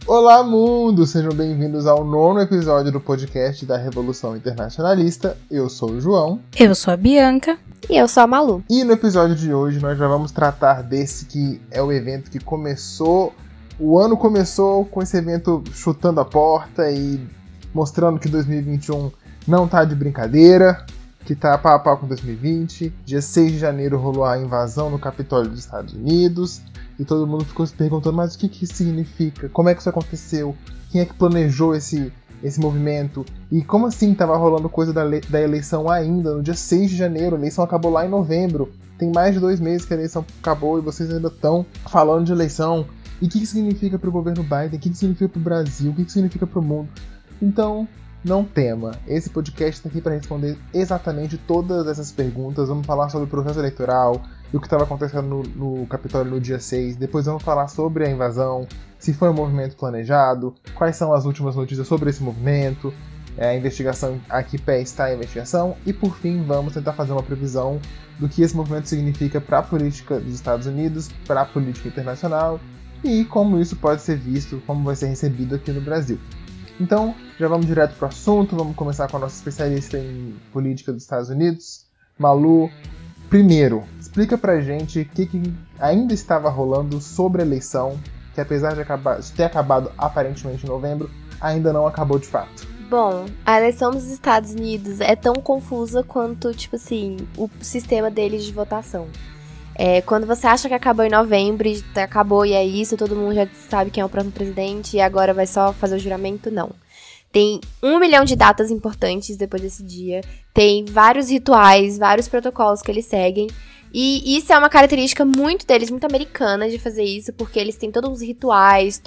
Olá, mundo! Sejam bem-vindos ao 9º episódio do podcast da Revolução Internacionalista. Eu sou o João. Eu sou a Bianca. E eu sou a Malu. E no episódio de hoje nós já vamos tratar desse que é o evento que começou... O ano começou com esse evento chutando a porta e mostrando que 2021 não tá de brincadeira, que tá pau a pau com 2020. Dia 6 de janeiro rolou a invasão no Capitólio dos Estados Unidos. E todo mundo ficou se perguntando, mas o que isso significa? Como é que isso aconteceu? Quem é que planejou esse movimento? E como assim estava rolando coisa da eleição ainda, no dia 6 de janeiro? A eleição acabou lá em novembro. Tem mais de 2 meses que a eleição acabou e vocês ainda estão falando de eleição. E o que significa para o governo Biden? O que significa para o Brasil? O que significa para o mundo? Então, não tema. Esse podcast está aqui para responder exatamente todas essas perguntas. Vamos falar sobre o processo eleitoral, e o que estava acontecendo no Capitólio no dia 6. Depois vamos falar sobre a invasão, se foi um movimento planejado, quais são as últimas notícias sobre esse movimento, a investigação, a que pé está a investigação, e por fim vamos tentar fazer uma previsão do que esse movimento significa para a política dos Estados Unidos, para a política internacional, e como isso pode ser visto, como vai ser recebido aqui no Brasil. Então, já vamos direto para o assunto, vamos começar com a nossa especialista em política dos Estados Unidos, Malu. Primeiro, explica pra gente o que ainda estava rolando sobre a eleição, que apesar de ter acabado aparentemente em novembro, ainda não acabou de fato. Bom, a eleição dos Estados Unidos é tão confusa quanto, tipo assim, o sistema deles de votação. Quando você acha que acabou em novembro, acabou e é isso, todo mundo já sabe quem é o próximo presidente e agora vai só fazer o juramento, não. Tem 1 milhão de datas importantes depois desse dia, tem vários rituais, vários protocolos que eles seguem, e isso é uma característica muito deles, muito americana de fazer isso, porque eles têm todos os rituais,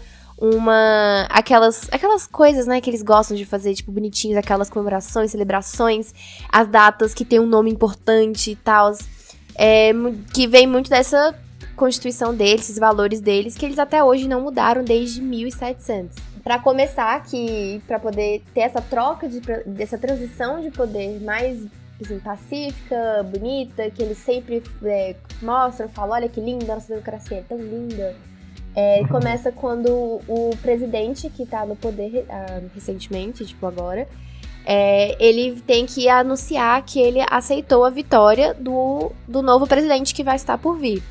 aquelas coisas, né, que eles gostam de fazer, tipo, bonitinhos, aquelas comemorações, celebrações, as datas que tem um nome importante e tal, que vem muito dessa constituição deles, esses valores deles, que eles até hoje não mudaram desde 1700. Para começar, para poder ter essa troca, dessa transição de poder mais assim, pacífica, bonita, que eles sempre mostram, falam, olha que linda, nossa democracia é tão linda. Começa quando o presidente, que tá no poder recentemente, tipo agora, ele tem que anunciar que ele aceitou a vitória do novo presidente que vai estar por vir.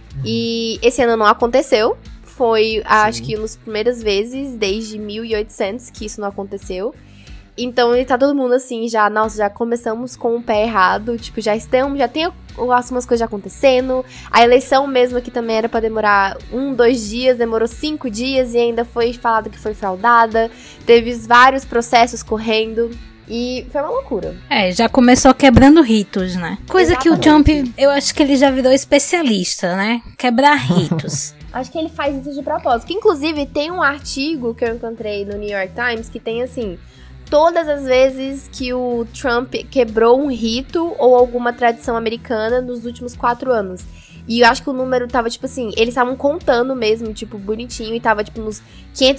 E esse ano não aconteceu. Foi, acho que, nas primeiras vezes, desde 1800, que isso não aconteceu. Então, tá todo mundo assim, já começamos com o pé errado. Tipo, já tem algumas coisas já acontecendo. A eleição mesmo, que também era pra demorar 2 dias, demorou 5 dias e ainda foi falado que foi fraudada. Teve vários processos correndo. E foi uma loucura. Já começou quebrando ritos, né? Coisa Exatamente. Que o Trump, eu acho que ele já virou especialista, né? Quebrar ritos. Acho que ele faz isso de propósito. Que, inclusive, tem um artigo que eu encontrei no New York Times que tem, assim, todas as vezes que o Trump quebrou um rito ou alguma tradição americana nos últimos 4 anos. E eu acho que o número tava, tipo assim, eles estavam contando mesmo, tipo, bonitinho, e tava, tipo, nos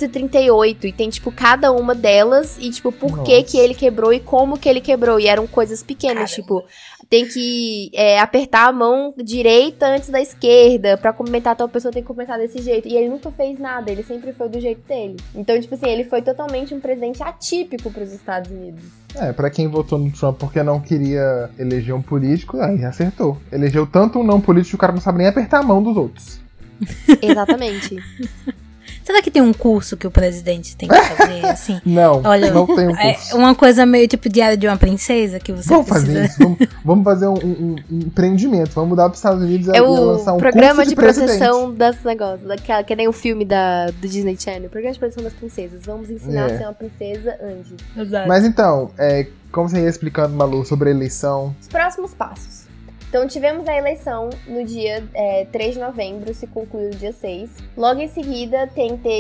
538. E tem, tipo, cada uma delas e, tipo, por que ele quebrou e como que ele quebrou. E eram coisas pequenas, tipo, tem que apertar a mão direita antes da esquerda. Pra cumprimentar a tal pessoa tem que cumprimentar desse jeito. E ele nunca fez nada, ele sempre foi do jeito dele. Então, tipo assim, ele foi totalmente um presidente atípico pros Estados Unidos. Pra quem votou no Trump porque não queria eleger um político, aí acertou. Elegeu tanto um não político que o cara não sabe nem apertar a mão dos outros. Exatamente. Será que tem um curso que o presidente tem que fazer, assim? Não, olha, não tem um curso. Uma coisa meio tipo Diário de uma Princesa que você vamos precisa... fazer isso, vamos fazer um empreendimento, vamos mudar para os Estados Unidos e lançar um programa curso de proteção das negócios, que nem o filme do Disney Channel, programa de proteção das princesas. Vamos ensinar a ser uma princesa antes. Exato. Mas então, como você ia explicando, Malu, sobre a eleição? Os próximos passos. Então, tivemos a eleição no dia 3 de novembro, se concluiu no dia 6. Logo em seguida,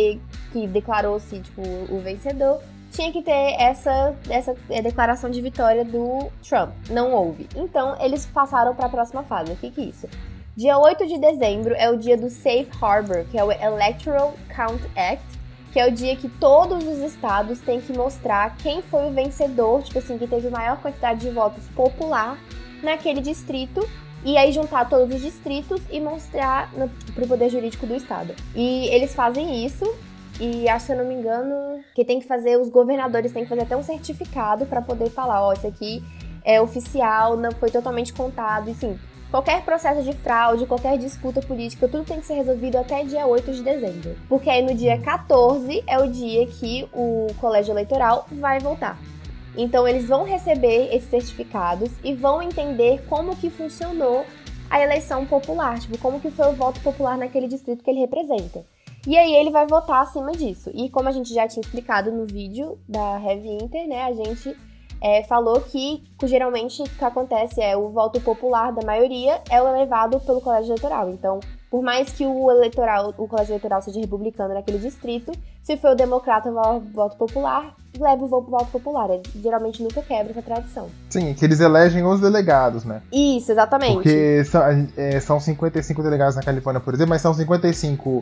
que declarou-se, tipo, o vencedor, tinha que ter essa declaração de vitória do Trump. Não houve. Então, eles passaram para a próxima fase. O que é isso? Dia 8 de dezembro é o dia do Safe Harbor, que é o Electoral Count Act, que é o dia que todos os estados têm que mostrar quem foi o vencedor, tipo assim, que teve maior quantidade de votos popular naquele distrito, e aí juntar todos os distritos e mostrar pro poder jurídico do estado. E eles fazem isso, E acho, se eu não me engano, que tem que fazer, os governadores têm que fazer até um certificado pra poder falar, ó, isso aqui é oficial, não foi totalmente contado, e sim, qualquer processo de fraude, qualquer disputa política, tudo tem que ser resolvido até dia 8 de dezembro. Porque aí no dia 14 é o dia que o colégio eleitoral vai votar. Então eles vão receber esses certificados e vão entender como que funcionou a eleição popular, tipo, como que foi o voto popular naquele distrito que ele representa. E aí ele vai votar acima disso. E como a gente já tinha explicado no vídeo da Heavy Inter, né, a gente falou que geralmente o que acontece é o voto popular da maioria é o elevado pelo colégio eleitoral. Então, por mais que o colégio eleitoral seja republicano naquele distrito, se for o democrata o voto popular, leva o voto popular. Ele geralmente nunca quebra essa tradição. Sim, que eles elegem os delegados, né? Isso, exatamente. Porque são 55 delegados na Califórnia, por exemplo, mas são 55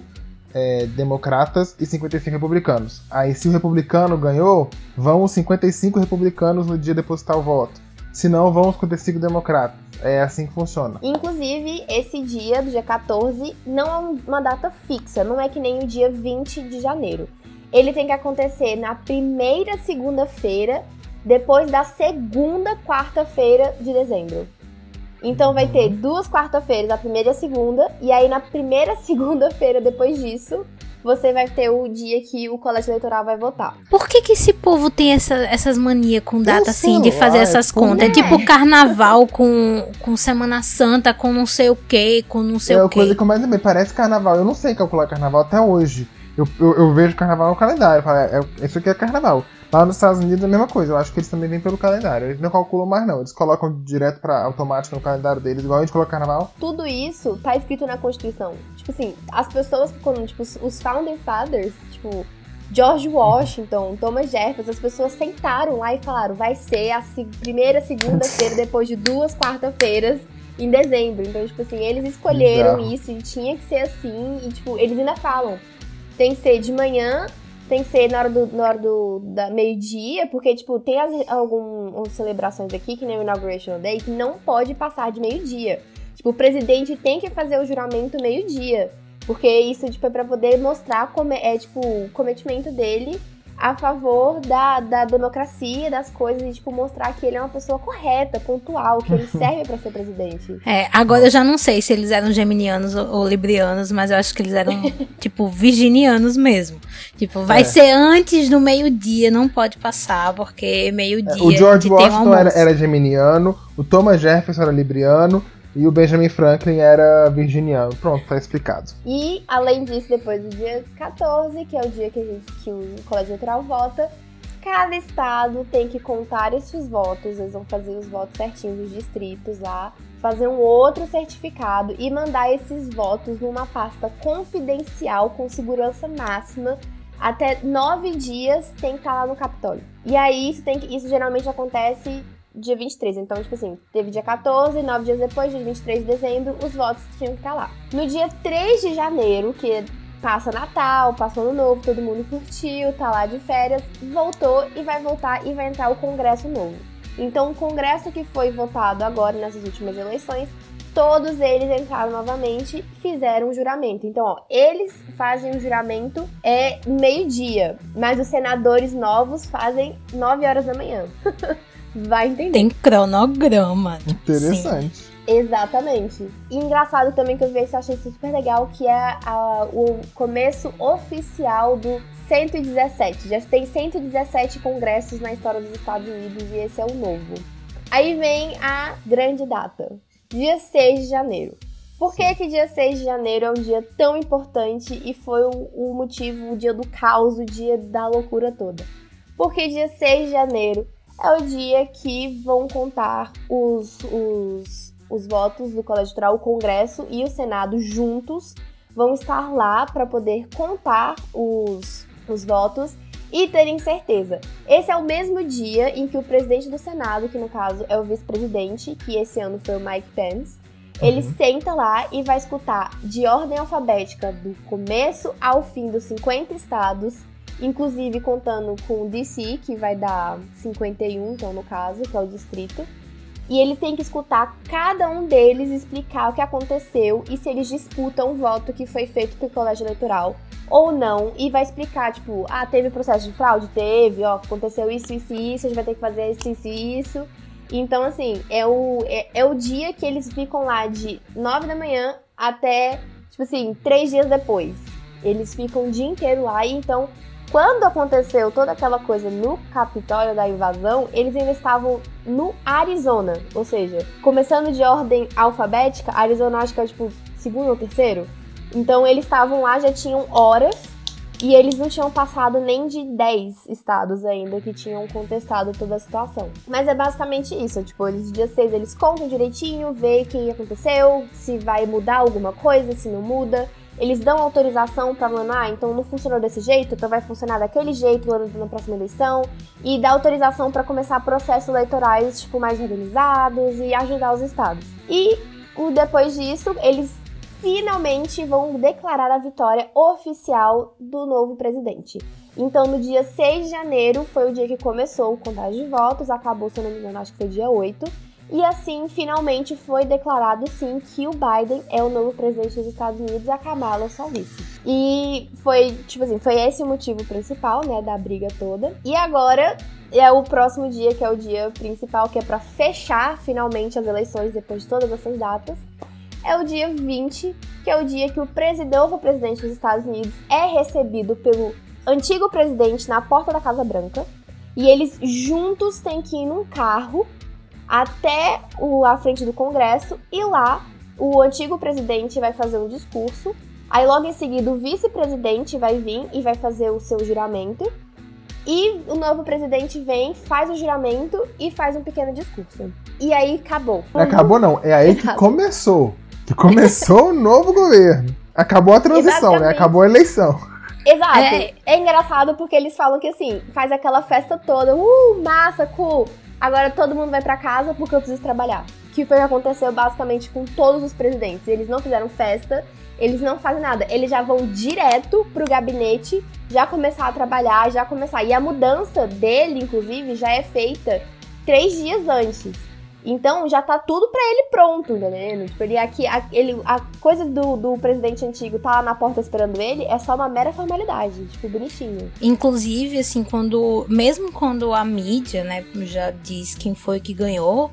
democratas e 55 republicanos. Aí, se o republicano ganhou, vão os 55 republicanos no dia depositar o voto. Se não, vão os 55 democratas. É assim que funciona. Inclusive, esse dia, do dia 14, não é uma data fixa. Não é que nem o dia 20 de janeiro. Ele tem que acontecer na primeira segunda-feira, depois da segunda quarta-feira de dezembro. Então vai ter 2 quarta-feiras, a primeira e a segunda, e aí na primeira segunda-feira depois disso, você vai ter o dia que o colégio eleitoral vai votar. Por que esse povo tem essas manias com data assim, de fazer essas contas? É tipo carnaval com Semana Santa, com não sei o que, com não sei o que. É a coisa que eu mais lembrei, parece carnaval. Eu não sei calcular carnaval até hoje. Eu vejo carnaval no calendário, eu falo, isso aqui é carnaval. Lá nos Estados Unidos é a mesma coisa, eu acho que eles também vêm pelo calendário. Eles não calculam mais não, eles colocam direto pra automático no calendário deles, igual a gente coloca carnaval. Tudo isso tá escrito na Constituição. Tipo assim, as pessoas que quando, tipo, os Founding Fathers, tipo, George Washington, Thomas Jefferson, as pessoas sentaram lá e falaram, vai ser a primeira segunda-feira depois de 2 quarta-feiras em dezembro. Então, tipo assim, eles escolheram isso e tinha que ser assim, e tipo, eles ainda falam, tem que ser de manhã, tem que ser na hora da meio-dia, porque, tipo, tem algumas celebrações aqui, que nem o Inauguration Day, que não pode passar de meio-dia. Tipo, o presidente tem que fazer o juramento meio-dia, porque isso, tipo, é pra poder mostrar o cometimento dele a favor da democracia, das coisas, e, tipo, mostrar que ele é uma pessoa correta, pontual, que ele serve pra ser presidente. Agora eu já não sei se eles eram geminianos ou librianos, mas eu acho que eles eram, tipo, virginianos mesmo. Tipo, vai ser antes do meio-dia, não pode passar, porque meio-dia o George Washington era geminiano, o Thomas Jefferson era libriano, e o Benjamin Franklin era virginiano. Pronto, tá explicado. E, além disso, depois do dia 14, que é o dia que o colégio eleitoral vota, cada estado tem que contar esses votos, eles vão fazer os votos certinhos dos distritos lá, fazer um outro certificado e mandar esses votos numa pasta confidencial com segurança máxima. Até 9 dias tem que estar lá no Capitólio. E aí, isso geralmente acontece dia 23, então, tipo assim, teve dia 14, 9 dias depois, dia 23 de dezembro, os votos tinham que estar lá. No dia 3 de janeiro, que passa Natal, passa Ano Novo, todo mundo curtiu, tá lá de férias, voltou e vai voltar e vai entrar o Congresso novo. Então, o Congresso que foi votado agora nessas últimas eleições, todos eles entraram novamente, fizeram um juramento. Então, ó, eles fazem o juramento meio-dia, mas os senadores novos fazem 9 horas da manhã. Vai entender. Tem cronograma. Interessante. Sim, exatamente. E engraçado também que eu vi isso, eu achei super legal, que é o começo oficial do 117. Já tem 117 congressos na história dos Estados Unidos e esse é o novo. Aí vem a grande data, dia 6 de janeiro. Por que dia 6 de janeiro é um dia tão importante e foi o motivo, o dia do caos, o dia da loucura toda? Porque dia 6 de janeiro é o dia que vão contar os votos do Colégio Eleitoral, o Congresso e o Senado juntos vão estar lá para poder contar os votos e terem certeza. Esse é o mesmo dia em que o presidente do Senado, que no caso é o vice-presidente, que esse ano foi o Mike Pence, ele senta lá e vai escutar de ordem alfabética do começo ao fim dos 50 estados, inclusive contando com o DC, que vai dar 51, então no caso, que é o distrito. E ele tem que escutar cada um deles explicar o que aconteceu e se eles disputam o voto que foi feito pelo colégio eleitoral ou não, e vai explicar, tipo, teve processo de fraude? Teve, aconteceu isso, isso e isso, a gente vai ter que fazer isso, isso e isso. Então, assim, é o dia que eles ficam lá de 9 da manhã até, tipo assim, 3 dias depois. Eles ficam o dia inteiro lá, e então, quando aconteceu toda aquela coisa no Capitólio da invasão, eles ainda estavam no Arizona, ou seja, começando de ordem alfabética, Arizona acho que é, tipo, segundo ou terceiro. Então eles estavam lá, já tinham horas, e eles não tinham passado nem de 10 estados ainda que tinham contestado toda a situação. Mas é basicamente isso, tipo, eles dia 6 eles contam direitinho, vê o que aconteceu, se vai mudar alguma coisa, se não muda. Eles dão autorização pra falar, então não funcionou desse jeito, então vai funcionar daquele jeito na próxima eleição. E dá autorização pra começar processos eleitorais, tipo, mais organizados e ajudar os estados. E depois disso, eles finalmente vão declarar a vitória oficial do novo presidente. Então, no dia 6 de janeiro foi o dia que começou o contagem de votos, acabou, se eu não me engano, acho que foi dia 8. E assim, finalmente foi declarado, sim, que o Biden é o novo presidente dos Estados Unidos e a Kamala sua vice. E foi, tipo assim, foi esse o motivo principal, né, da briga toda. E agora é o próximo dia, que é o dia principal, que é pra fechar finalmente as eleições depois de todas essas datas. É o dia 20, que é o dia que o novo presidente dos Estados Unidos é recebido pelo antigo presidente na porta da Casa Branca. E eles juntos têm que ir num carro até a frente do Congresso, e lá o antigo presidente vai fazer um discurso. Aí logo em seguida o vice-presidente vai vir e vai fazer o seu juramento. E o novo presidente vem, faz o juramento e faz um pequeno discurso. E aí acabou. Acabou não, é aí que começou. Que começou o novo governo. Acabou a transição, né? Acabou a eleição. Exato. É engraçado porque eles falam que assim, faz aquela festa toda. Massa, cool. Agora todo mundo vai pra casa porque eu preciso trabalhar. Que foi o que aconteceu basicamente com todos os presidentes. Eles não fizeram festa, eles não fazem nada. Eles já vão direto pro gabinete, já começar a trabalhar, já começar. E a mudança dele, inclusive, já é feita 3 dias antes. Então já tá tudo pra ele pronto, entendeu? Tipo, a coisa do presidente antigo tá lá na porta esperando ele é só uma mera formalidade, tipo, bonitinho. Inclusive, assim, mesmo quando a mídia, né, já diz quem foi que ganhou,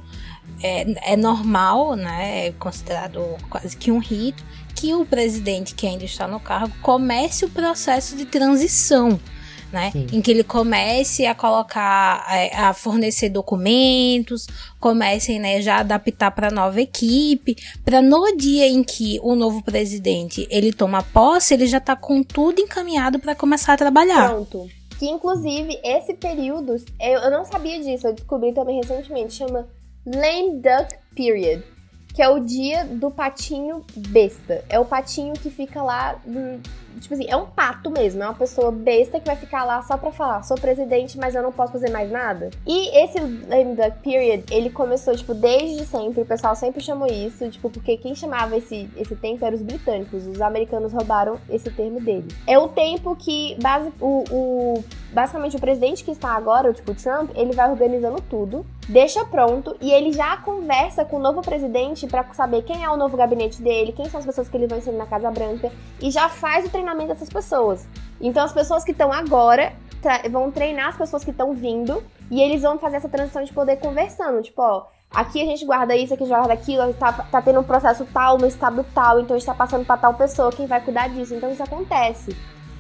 é normal, né, é considerado quase que um rito, que o presidente que ainda está no cargo comece o processo de transição, né? Em que ele comece a colocar, a fornecer documentos, comecem, né, já a adaptar para a nova equipe, para no dia em que o novo presidente ele toma posse, ele já está com tudo encaminhado para começar a trabalhar. Pronto. Que inclusive esse período, eu não sabia disso, eu descobri também recentemente, chama Lame Duck Period, que é o dia do patinho besta. É o patinho que fica lá, tipo assim, é um pato mesmo, é uma pessoa besta que vai ficar lá só pra falar, sou presidente, mas eu não posso fazer mais nada. E esse Lame Duck Period, ele começou, tipo, desde sempre, o pessoal sempre chamou isso, tipo, porque quem chamava esse tempo eram os britânicos, os americanos roubaram esse termo deles. É o tempo que, basicamente, o presidente que está agora, tipo, o Trump, ele vai organizando tudo, deixa pronto, e ele já conversa com o novo presidente pra saber quem é o novo gabinete dele, quem são as pessoas que ele vai inserir na Casa Branca, e já faz o treinamento dessas pessoas. Então as pessoas que estão agora vão treinar as pessoas que estão vindo, e eles vão fazer essa transição de poder conversando, tipo, ó, aqui a gente guarda isso, aqui a gente guarda aquilo, tá tendo um processo tal, no estado tal, então a gente tá passando pra tal pessoa, quem vai cuidar disso, então isso acontece.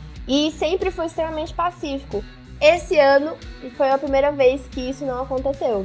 E sempre foi extremamente pacífico. Esse ano foi a primeira vez que isso não aconteceu.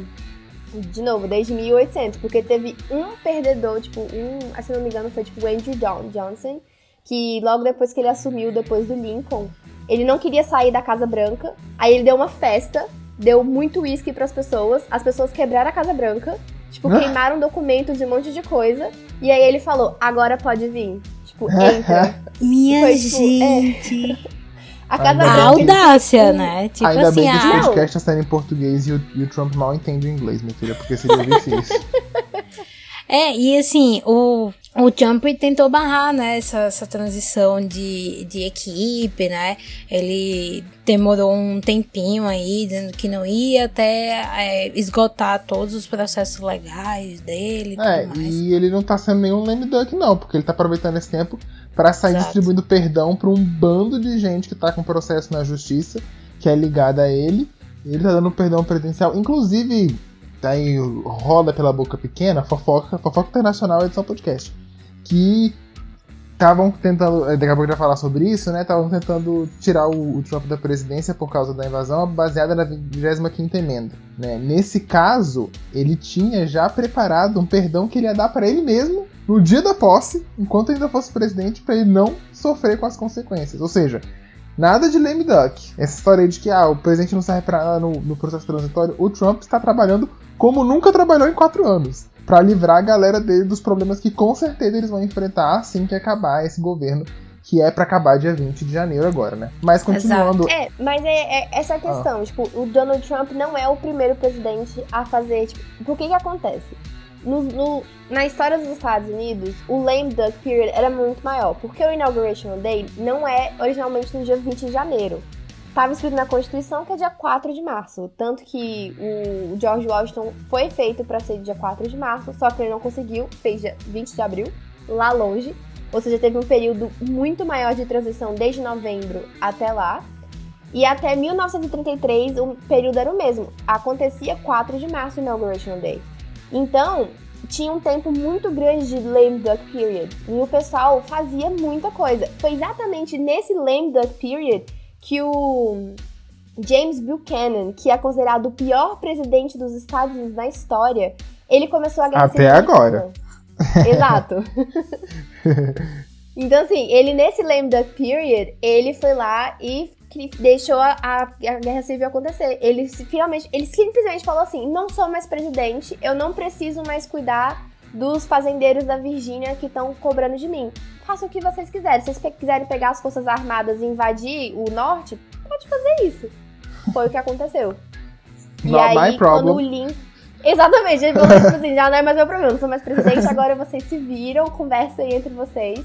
De novo, desde 1800, porque teve um perdedor, tipo, se não me engano, foi tipo o Andrew Johnson, que logo depois que ele assumiu, depois do Lincoln, ele não queria sair da Casa Branca, aí ele deu uma festa, deu muito uísque pras pessoas, as pessoas quebraram a Casa Branca, tipo, queimaram documentos e um monte de coisa, e aí ele falou, agora pode vir, tipo, entra. Minha foi, tipo, gente... A Casa Branca, audácia, né? Tipo ainda assim, bem que esse podcast está sendo em português e o Trump mal entende o inglês, minha filha, porque seria difícil. E assim, o Trump tentou barrar, né, essa transição de equipe, né, ele demorou um tempinho aí, dizendo que não ia até esgotar todos os processos legais dele e tudo mais. E ele não tá sendo nenhum lame duck não, porque ele tá aproveitando esse tempo pra sair Exato. distribuindo perdão pra um bando de gente que tá com processo na justiça, que é ligada a ele. Ele tá dando perdão presidencial. Inclusive, aí roda pela boca pequena, fofoca internacional edição podcast. Que estavam tentando, daqui a pouco a gente vai falar sobre isso, né? Estavam tentando tirar o Trump da presidência por causa da invasão, baseada na 25ª emenda, né? Nesse caso, ele tinha já preparado um perdão que ele ia dar pra ele mesmo no dia da posse, enquanto ainda fosse presidente, pra ele não sofrer com as consequências. Ou seja, nada de lame duck. Essa história aí de que o presidente não serve pra nada no processo transitório, o Trump está trabalhando como nunca trabalhou em 4 anos. Pra livrar a galera dele dos problemas que com certeza eles vão enfrentar assim que acabar esse governo, que é pra acabar dia 20 de janeiro agora, né? Mas continuando... Mas essa é a questão, tipo, o Donald Trump não é o primeiro presidente a fazer, tipo, por que acontece? Na história dos Estados Unidos, o lame duck period era muito maior, porque o Inauguration Day não é originalmente no dia 20 de janeiro. Estava escrito na Constituição que é dia 4 de março. Tanto que o George Washington foi feito para ser dia 4 de março, só que ele não conseguiu, fez dia 20 de abril, lá longe. Ou seja, teve um período muito maior de transição desde novembro até lá. E até 1933 o período era o mesmo. Acontecia 4 de março, Inauguration Day. Então, tinha um tempo muito grande de lame duck period. E o pessoal fazia muita coisa. Foi exatamente nesse lame duck period que o James Buchanan, que é considerado o pior presidente dos Estados Unidos na história, ele começou a guerra civil. Até agora. Exato. Então, assim, ele nesse lame duck period, ele foi lá e deixou a guerra civil acontecer. Ele simplesmente falou assim, não sou mais presidente, eu não preciso mais cuidar dos fazendeiros da Virgínia que estão cobrando de mim. Faça o que vocês quiserem. Se vocês quiserem pegar as forças armadas e invadir o norte, pode fazer isso. Foi o que aconteceu. Not e aí, my quando problem. o Lincoln... Exatamente, ele falou tipo assim, já não é mais meu problema, não sou mais presidente, agora vocês se viram, conversem entre vocês.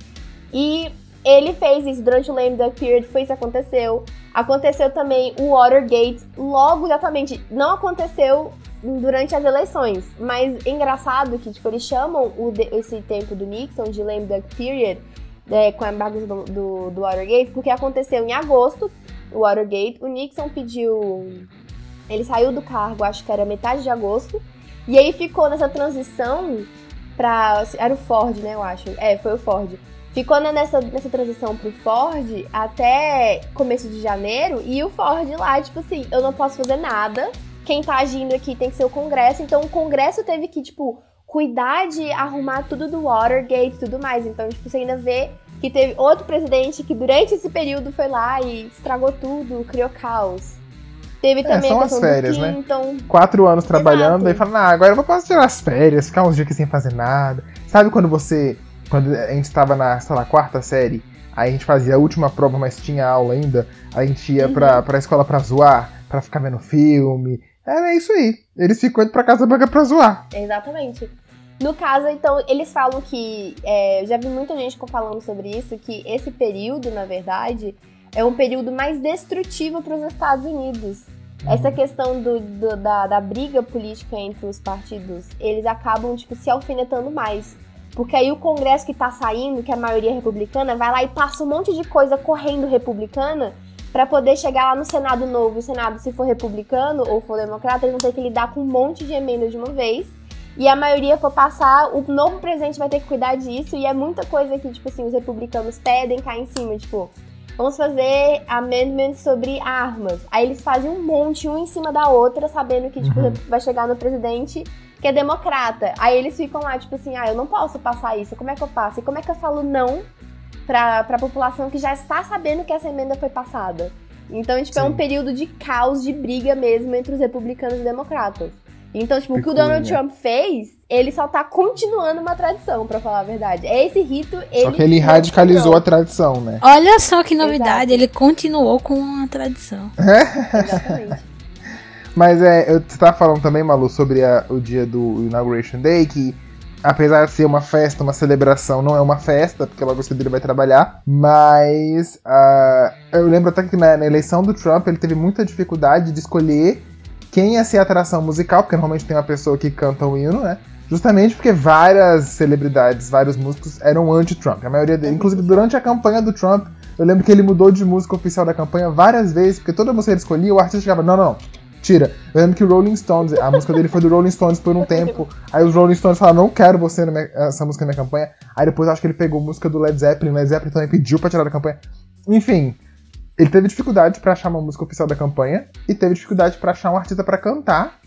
E ele fez isso durante o lame duck period, foi isso que aconteceu. Aconteceu também o Watergate, logo exatamente, não aconteceu durante as eleições, mas engraçado que, tipo, eles chamam esse tempo do Nixon de lame duck period, com a bagunça do Watergate, porque aconteceu em agosto, o Watergate, o Nixon pediu, ele saiu do cargo, acho que era metade de agosto, e aí ficou nessa transição era o Ford, né, eu acho, foi o Ford. Ficou nessa transição pro Ford até começo de janeiro, e o Ford lá, tipo assim, eu não posso fazer nada, quem tá agindo aqui tem que ser o Congresso, então o Congresso teve que, tipo, cuidar de arrumar tudo do Watergate e tudo mais. Então, tipo, você ainda vê que teve outro presidente que durante esse período foi lá e estragou tudo, criou caos. Teve também são a questão as férias, do Clinton. Né? 4 anos trabalhando, Exato. e falando, agora eu posso tirar as férias, ficar uns dias aqui sem fazer nada. Sabe quando a gente tava na, sei lá, 4ª série, aí a gente fazia a última prova, mas tinha aula ainda, a gente ia pra escola pra zoar, pra ficar vendo filme. É isso aí. Eles ficam indo pra casa pra zoar. Exatamente. No caso, então, eles falam que... já vi muita gente falando sobre isso, que esse período, na verdade, é um período mais destrutivo para os Estados Unidos. Essa questão da briga política entre os partidos, eles acabam, tipo, se alfinetando mais. Porque aí o Congresso que tá saindo, que é a maioria republicana, vai lá e passa um monte de coisa correndo republicana pra poder chegar lá no Senado novo. O Senado, se for republicano ou for democrata, eles vão ter que lidar com um monte de emenda de uma vez. E a maioria for passar, o novo presidente vai ter que cuidar disso. E é muita coisa que, tipo assim, os republicanos pedem, cá em cima, tipo... Vamos fazer amendments sobre armas. Aí eles fazem um monte, um em cima da outra, sabendo que, tipo, vai chegar no presidente que é democrata. Aí eles ficam lá, tipo assim, eu não posso passar isso, como é que eu passo? E como é que eu falo não pra população que já está sabendo que essa emenda foi passada? Então, tipo, é um período de caos, de briga mesmo entre os republicanos e democratas. Então, tipo, o que o Donald Trump fez, ele só tá continuando uma tradição, pra falar a verdade. É esse rito, Só que ele radicalizou a tradição, né? Olha só que novidade, ele continuou com a tradição. Exatamente. Mas você tava falando também, Malu, sobre o dia do Inauguration Day, que apesar de ser uma festa, uma celebração, não é uma festa, porque logo cedo ele vai trabalhar, mas eu lembro até que na eleição do Trump ele teve muita dificuldade de escolher quem ia ser a atração musical, porque normalmente tem uma pessoa que canta o hino, né? Justamente porque várias celebridades, vários músicos eram anti-Trump. A maioria deles, inclusive durante a campanha do Trump, eu lembro que ele mudou de música oficial da campanha várias vezes, porque toda música que ele escolhia, o artista chegava, não, tira. Eu lembro que o Rolling Stones, a música dele foi do Rolling Stones por um tempo, aí os Rolling Stones falaram, não quero você essa música na minha campanha. Aí depois eu acho que ele pegou música do Led Zeppelin também pediu pra tirar da campanha. Enfim, ele teve dificuldade pra achar uma música oficial da campanha e teve dificuldade pra achar um artista pra cantar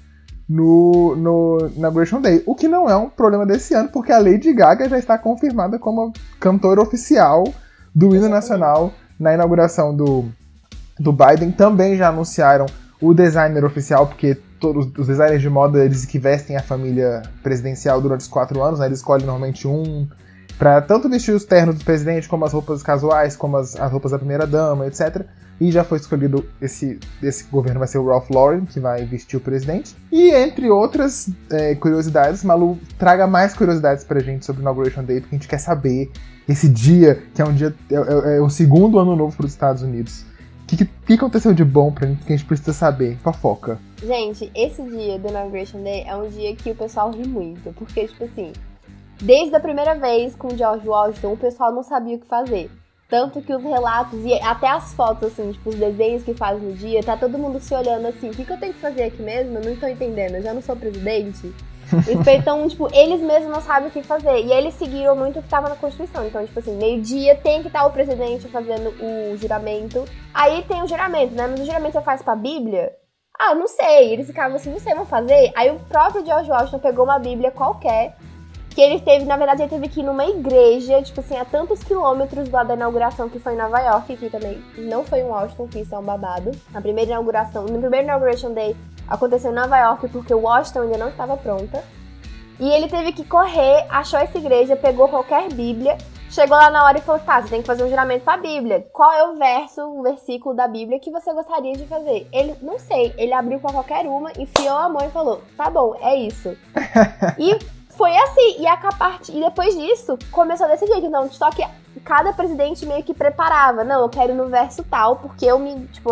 no Inauguration Day, o que não é um problema desse ano, porque a Lady Gaga já está confirmada como cantora oficial do hino nacional na inauguração do Biden. Também já anunciaram o designer oficial, porque todos os designers de moda, eles que vestem a família presidencial durante os 4 anos, né, eles escolhem normalmente um para tanto vestir os ternos do presidente, como as roupas casuais, como as roupas da primeira-dama, etc. E já foi escolhido, esse governo vai ser o Ralph Lauren, que vai vestir o presidente. E entre outras curiosidades, Malu, traga mais curiosidades pra gente sobre o Inauguration Day, porque a gente quer saber esse dia, que é um dia, é o segundo ano novo para os Estados Unidos. O que aconteceu de bom pra gente que a gente precisa saber? Fofoca. Gente, esse dia do Inauguration Day é um dia que o pessoal ri muito, porque, tipo assim, desde a primeira vez com o George Washington, o pessoal não sabia o que fazer. Tanto que os relatos e até as fotos, assim, tipo, os desenhos que fazem no dia, tá todo mundo se olhando assim, o que eu tenho que fazer aqui mesmo? Eu não tô entendendo, eu já não sou presidente. Então, tipo, eles mesmos não sabem o que fazer. E eles seguiram muito o que tava na Constituição. Então, tipo assim, meio-dia tem que estar o presidente fazendo o juramento. Aí tem o juramento, né? Mas o juramento você faz pra Bíblia? Ah, não sei. Eles ficavam assim, não sei, vão fazer? Aí o próprio George Washington pegou uma Bíblia qualquer, que ele teve, na verdade, ele teve que ir numa igreja, tipo assim, a tantos quilômetros lá da inauguração, que foi em Nova York, que também não foi em Washington, que isso é um babado. A primeira inauguração, no primeiro Inauguration Day, aconteceu em Nova York, porque Washington ainda não estava pronta. E ele teve que correr, achou essa igreja, pegou qualquer Bíblia, chegou lá na hora e falou, tá, você tem que fazer um juramento pra Bíblia. Qual é o versículo da Bíblia que você gostaria de fazer? Ele, não sei, ele abriu pra qualquer uma, enfiou a mão e falou, tá bom, é isso. E foi assim, e depois disso, começou desse jeito. Então, só que cada presidente meio que preparava. Não, eu quero ir no verso tal, porque eu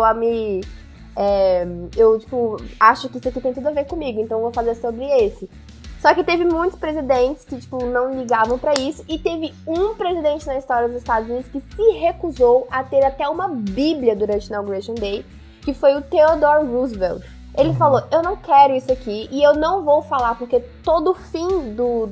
acho que isso aqui tem tudo a ver comigo, então eu vou fazer sobre esse. Só que teve muitos presidentes que, tipo, não ligavam pra isso, e teve um presidente na história dos Estados Unidos que se recusou a ter até uma Bíblia durante o Inauguration Day, que foi o Theodore Roosevelt. Ele falou, eu não quero isso aqui, e eu não vou falar, porque todo fim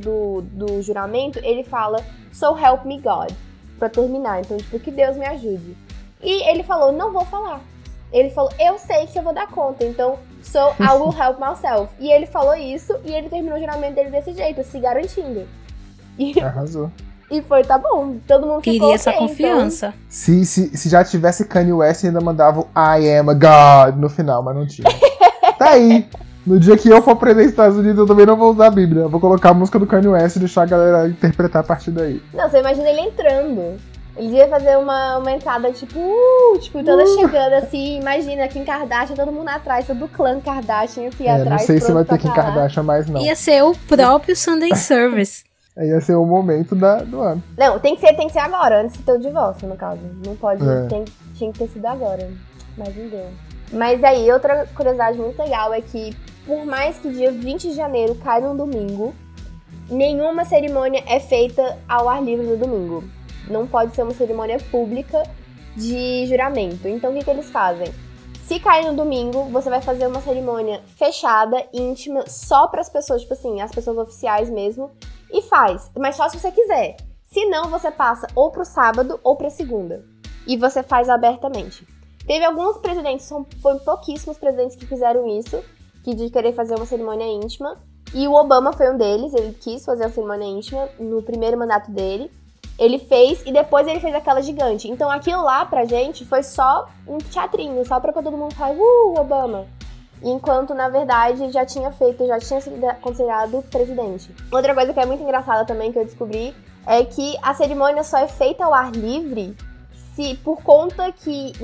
do juramento, ele fala, so help me God, pra terminar. Então, tipo, que Deus me ajude. E ele falou, não vou falar. Ele falou, eu sei que eu vou dar conta, então, so I will help myself. E ele falou isso, e ele terminou o juramento dele desse jeito, se garantindo. Arrasou. E foi, tá bom, todo mundo ficou queria essa confiança. Então... Se já tivesse Kanye West, ainda mandava o I am a God no final, mas não tinha. Tá aí. No dia que eu for presidente dos Estados Unidos, eu também não vou usar a Bíblia. Eu vou colocar a música do Kanye West e deixar a galera interpretar a partir daí. Não, você imagina ele entrando. Ele ia fazer uma entrada, tipo, toda chegando assim. Imagina, Kim Kardashian, todo mundo atrás, todo o clã Kardashian assim atrás. Não sei se vai ter Kim Kardashian mais, não. Ia ser o próprio Sunday Service. Ia ser o momento do ano. Não, tem que ser agora, antes do teu divórcio, no caso. Não pode, tinha que ter sido agora. Mas não deu. Mas aí, outra curiosidade muito legal é que, por mais que dia 20 de janeiro caia num domingo, nenhuma cerimônia é feita ao ar livre no domingo. Não pode ser uma cerimônia pública de juramento. Então, o que eles fazem? Se cair no domingo, você vai fazer uma cerimônia fechada, íntima, só para as pessoas, tipo assim, as pessoas oficiais mesmo, e faz. Mas só se você quiser. Se não, você passa ou pro sábado ou pra segunda. E você faz abertamente. Teve alguns presidentes, foram pouquíssimos presidentes que fizeram isso, que de querer fazer uma cerimônia íntima. E o Obama foi um deles, ele quis fazer a cerimônia íntima no primeiro mandato dele. Ele fez, e depois ele fez aquela gigante. Então aquilo lá pra gente foi só um teatrinho, só pra todo mundo falar, Obama. Enquanto, na verdade, já tinha sido considerado presidente. Outra coisa que é muito engraçada também, que eu descobri, é que a cerimônia só é feita ao ar livre por conta que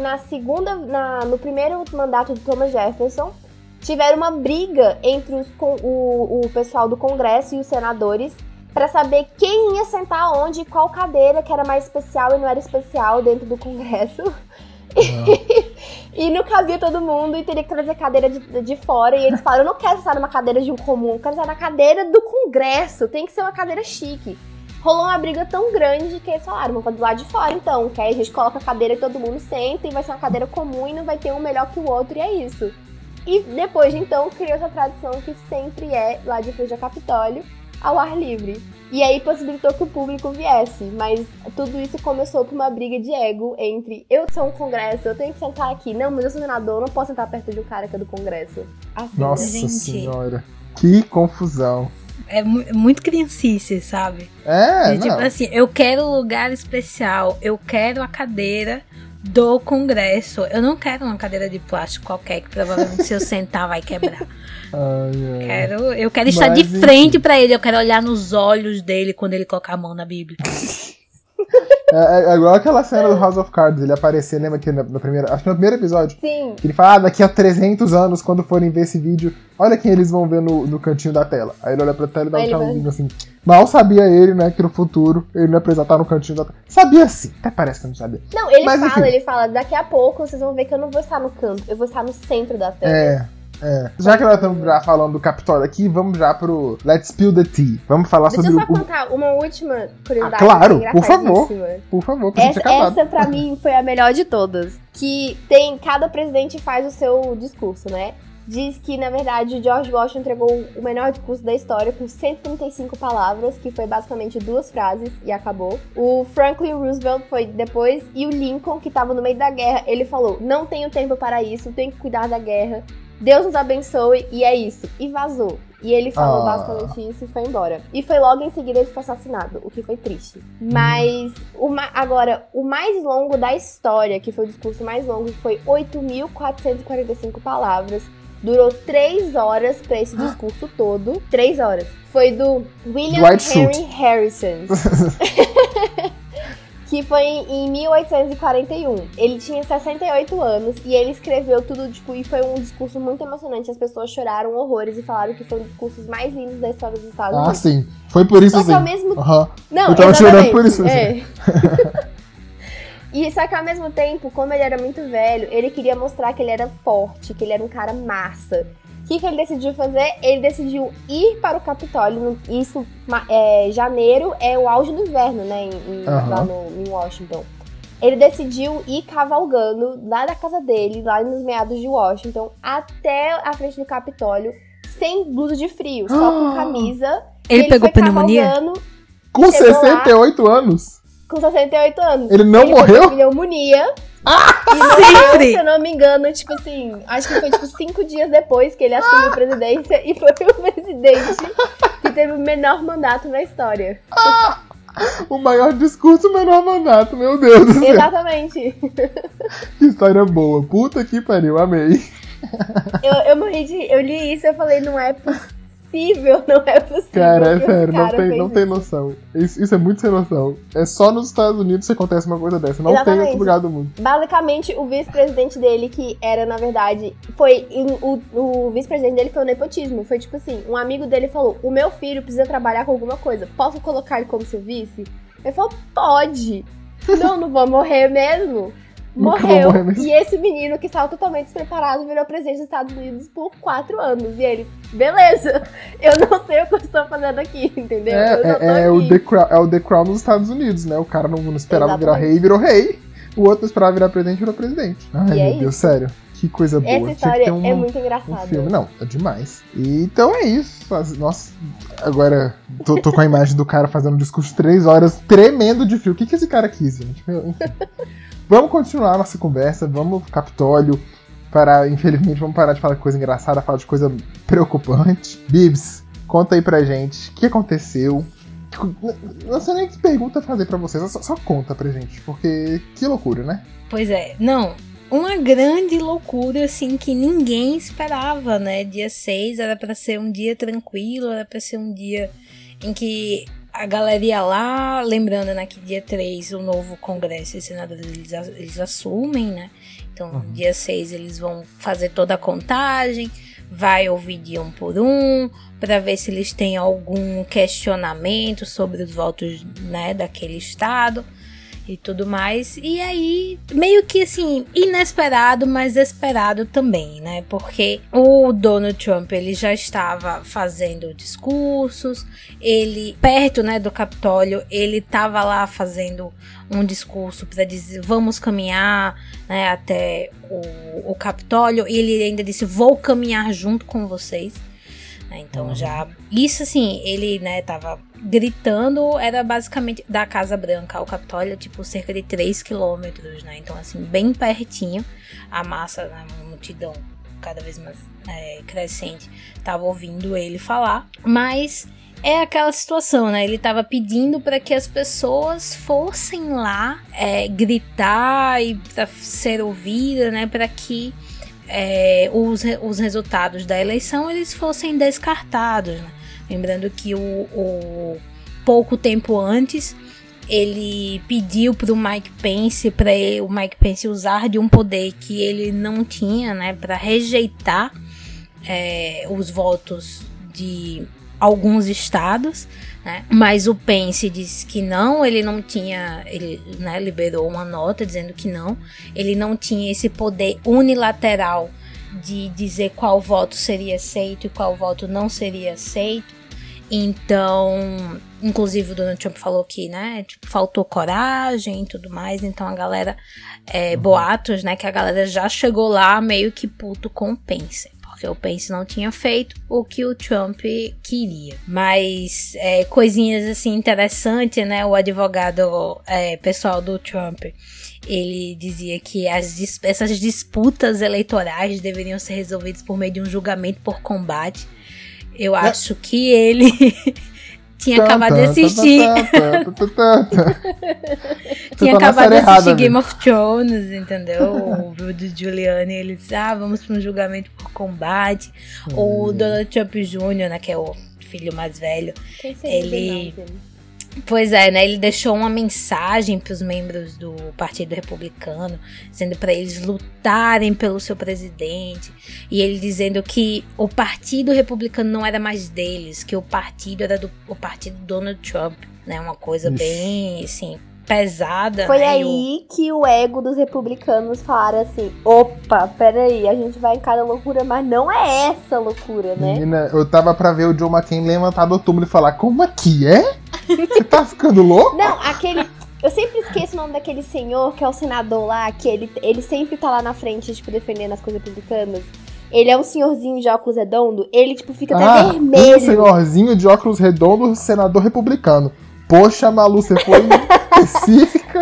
no primeiro mandato de Thomas Jefferson, tiveram uma briga entre o pessoal do Congresso e os senadores para saber quem ia sentar onde e qual cadeira que era mais especial e não era especial dentro do Congresso. E não cabia todo mundo e teria que trazer cadeira de fora. E eles falaram, eu não quero estar numa cadeira de um comum, eu quero estar na cadeira do Congresso, tem que ser uma cadeira chique. Rolou uma briga tão grande que eles falaram, vamos fazer do lado de fora então, que aí a gente coloca a cadeira e todo mundo senta e vai ser uma cadeira comum e não vai ter um melhor que o outro e é isso. E depois de então criou essa tradição que sempre é lá de frente ao Capitólio, ao ar livre. E aí possibilitou que o público viesse, mas tudo isso começou por uma briga de ego entre eu sou um congresso, eu tenho que sentar aqui. Não, mas eu sou senador, eu não posso sentar perto de um cara que é do congresso. Assim, Nossa gente. senhora, que confusão. É muito criancice, sabe? É, Tipo assim, eu quero um lugar especial, eu quero a cadeira do Congresso. Eu não quero uma cadeira de plástico qualquer, que provavelmente se eu sentar vai quebrar. Eu quero estar de frente pra ele, eu quero olhar nos olhos dele quando ele colocar a mão na Bíblia. É igual aquela cena do House of Cards, ele aparecer, lembra que acho que no primeiro episódio, sim, que ele fala, daqui a 300 anos, quando forem ver esse vídeo, olha quem eles vão ver no cantinho da tela. Aí ele olha pra tela e dá um tchauzinho assim. Mal sabia ele, né, que no futuro ele não ia precisar estar no cantinho da tela. Sabia sim, até parece que não sabia. Não, ele fala, daqui a pouco vocês vão ver que eu não vou estar no canto, eu vou estar no centro da tela. Já que nós estamos já falando do Capitólio aqui, vamos já pro Let's Spill the Tea. Vamos falar sobre Deixa eu só contar uma última curiosidade. Claro, por favor, pra gente acabar. Essa pra mim foi a melhor de todas. Que cada presidente faz o seu discurso, né? Diz que, na verdade, o George Washington entregou o menor discurso da história com 135 palavras, que foi basicamente 2 frases e acabou. O Franklin Roosevelt foi depois, e o Lincoln, que tava no meio da guerra, ele falou, não tenho tempo para isso, tenho que cuidar da guerra. Deus nos abençoe, e é isso. E vazou. E ele falou basicamente isso e foi embora. E foi logo em seguida ele foi assassinado, o que foi triste. Mas, agora, o mais longo da história, que foi o discurso mais longo, que foi 8.445 palavras, durou 3 horas pra esse discurso todo. 3 horas. Foi do William Henry Harrison. Que foi em 1841. Ele tinha 68 anos e ele escreveu tudo, e foi um discurso muito emocionante. As pessoas choraram horrores e falaram que foi um dos discursos mais lindos da história dos Estados Unidos. Ah, sim. Foi por isso, sim. Ao mesmo... Não, eu tava chorando por isso, E só que ao mesmo tempo, como ele era muito velho, ele queria mostrar que ele era forte, que ele era um cara massa. O que ele decidiu fazer? Ele decidiu ir para o Capitólio. Isso, janeiro é o auge do inverno, né? Lá em Washington. Ele decidiu ir cavalgando lá da casa dele, lá nos meados de Washington, até a frente do Capitólio, sem blusa de frio, só com camisa. Ele pegou pneumonia? Com 68 anos? Com 68 anos. Ele não morreu? Pegou pneumonia. Sempre! Se eu não me engano, acho que foi 5 dias depois que ele assumiu a presidência e foi o presidente que teve o menor mandato na história. O maior discurso, o menor mandato, meu Deus do céu. Exatamente. Que história boa. Puta que pariu, amei. Eu morri eu li isso e eu falei, não é possível. Não é possível. Cara, é sério, não tem noção. Isso é muito sem noção. É só nos Estados Unidos que acontece uma coisa dessa. Não tem em outro lugar do mundo. Basicamente, o vice-presidente dele, que era, na verdade, o vice-presidente dele foi o nepotismo. Foi tipo assim, um amigo dele falou, o meu filho precisa trabalhar com alguma coisa. Posso colocar ele como seu vice? Ele falou, pode. Não vou morrer mesmo. Morreu. E esse menino que estava totalmente despreparado virou presidente dos Estados Unidos por 4 anos. E ele, beleza, eu não sei o que eu estou fazendo aqui, entendeu? É o The Crown nos Estados Unidos, né? O cara não esperava virar rei e virou rei. O outro não esperava virar presidente e virou presidente. Ai, meu Deus, sério. Que coisa boa. Essa história é muito engraçada. Um filme, não, é demais. E, então é isso. Nossa, agora tô com a imagem do cara fazendo um discurso de 3 horas, tremendo de frio. O que esse cara quis, gente? Enfim. Vamos continuar a nossa conversa, vamos pro Capitólio. Infelizmente, vamos parar de falar de coisa engraçada, falar de coisa preocupante. Bibs, conta aí pra gente o que aconteceu. Não sei nem que pergunta fazer pra vocês, só conta pra gente, porque que loucura, né? Pois é, não, uma grande loucura, assim, que ninguém esperava, né? Dia 6 era pra ser um dia tranquilo, era pra ser um dia em que a galera ia lá, lembrando, né, que dia 3 o novo Congresso e senadores eles assumem, né? Então, dia 6 eles vão fazer toda a contagem, vai ouvir de um por um, para ver se eles têm algum questionamento sobre os votos, né, daquele estado. e tudo mais. E aí, meio que assim, inesperado, mas esperado também, né? Porque o Donald Trump, ele já estava fazendo discursos, ele, perto, né, do Capitólio, ele estava lá fazendo um discurso para dizer, vamos caminhar, né, até o Capitólio, e ele ainda disse, vou caminhar junto com vocês. Então já, isso assim, ele, né, tava gritando, era basicamente da Casa Branca ao Capitólio, tipo, cerca de 3 quilômetros, né, então assim, bem pertinho, a massa, né, a multidão cada vez mais crescente, tava ouvindo ele falar, mas é aquela situação, né, ele tava pedindo para que as pessoas fossem lá gritar e para ser ouvida, né, para que os resultados da eleição eles fossem descartados, né? Lembrando que o pouco tempo antes ele pediu para o Mike Pence usar de um poder que ele não tinha, né, para rejeitar os votos de alguns estados, né? Mas o Pence disse que não, ele não tinha, ele, né, liberou uma nota dizendo que não, ele não tinha esse poder unilateral de dizer qual voto seria aceito e qual voto não seria aceito. Então, inclusive o Donald Trump falou que, né, tipo, faltou coragem e tudo mais, então a galera, boatos, né, que a galera já chegou lá meio que puto com o Pence. Porque o Pence não tinha feito o que o Trump queria. Mas coisinhas assim interessantes, né? O advogado pessoal do Trump, ele dizia que essas disputas eleitorais deveriam ser resolvidas por meio de um julgamento por combate. Eu acho que ele tinha acabado de assistir. Tinha acabado de assistir Game of Thrones, entendeu? O Rudy Giuliani, ele disse, vamos para um julgamento por combate. O Donald Trump Jr., né, que é o filho mais velho, ele... Pois é, né, ele deixou uma mensagem para os membros do Partido Republicano, dizendo para eles lutarem pelo seu presidente, e ele dizendo que o Partido Republicano não era mais deles, que o partido era o Partido Donald Trump, né, uma coisa bem, assim, pesada. Foi, né, aí que o ego dos republicanos falaram assim, opa, peraí, a gente vai em cada loucura, mas não é essa loucura, né? Menina, eu tava pra ver o John McCain levantar do túmulo e falar, como aqui Você tá ficando louco? Não, eu sempre esqueço o nome daquele senhor que é o senador lá, que ele sempre tá lá na frente, tipo, defendendo as coisas republicanas. Ele é um senhorzinho de óculos redondo, ele, tipo, fica até vermelho. Um senhorzinho de óculos redondo, senador republicano. Poxa, Malu, você foi específica.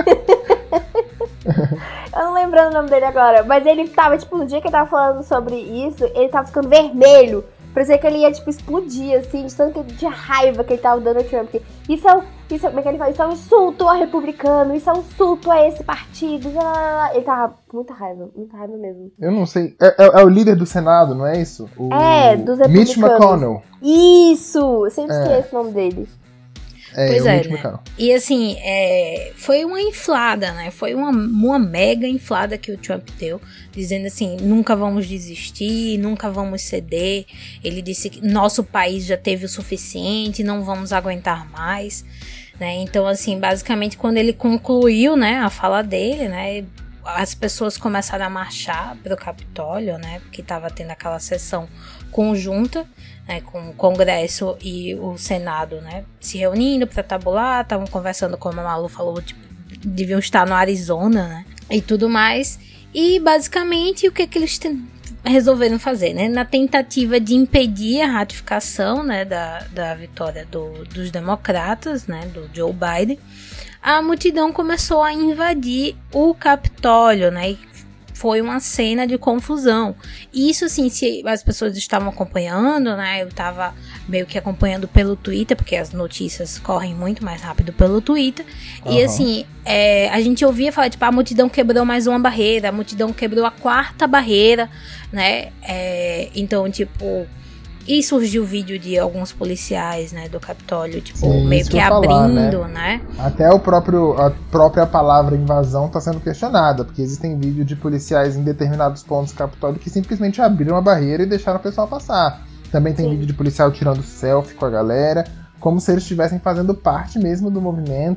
Eu não lembro o nome dele agora, mas ele tava, tipo, no dia que ele tava falando sobre isso, ele tava ficando vermelho. Parecia que ele ia, tipo, explodir, assim, de tanto de raiva que ele tava dando ao Trump. Isso como é que ele fala? Isso é um insulto ao republicano, isso é um insulto a esse partido. Ele tava com muita raiva mesmo. Eu não sei, é o líder do Senado, não é isso? Dos republicanos. Mitch McConnell. Isso, eu sempre esqueço o nome dele. Pois é, né? E assim, foi uma inflada, né? Foi uma mega inflada que o Trump deu, dizendo assim, nunca vamos desistir, nunca vamos ceder. Ele disse que nosso país já teve o suficiente, não vamos aguentar mais, né? Então, assim, basicamente, quando ele concluiu, né, a fala dele, né, as pessoas começaram a marchar para o Capitólio, né, porque estava tendo aquela sessão conjunta, né, com o Congresso e o Senado, né, se reunindo para tabular, estavam conversando, como a Malu falou, tipo, deviam estar no Arizona, né, e tudo mais. E basicamente o que eles resolveram fazer, né, na tentativa de impedir a ratificação, né, da vitória dos democratas, né, do Joe Biden, a multidão começou a invadir o Capitólio, né, e foi uma cena de confusão. Isso, assim, se as pessoas estavam acompanhando, né, eu tava meio que acompanhando pelo Twitter, porque as notícias correm muito mais rápido pelo Twitter, e assim, a gente ouvia falar, tipo, a multidão quebrou mais uma barreira, a multidão quebrou a 4ª barreira, né, então, tipo... E surgiu o vídeo de alguns policiais, né, do Capitólio, tipo, sim, meio que abrindo, falar, né? Até a própria palavra invasão tá sendo questionada, porque existem vídeos de policiais em determinados pontos do Capitólio que simplesmente abriram a barreira e deixaram o pessoal passar. Também tem vídeo de policial tirando selfie com a galera, como se eles estivessem fazendo parte mesmo do movimento.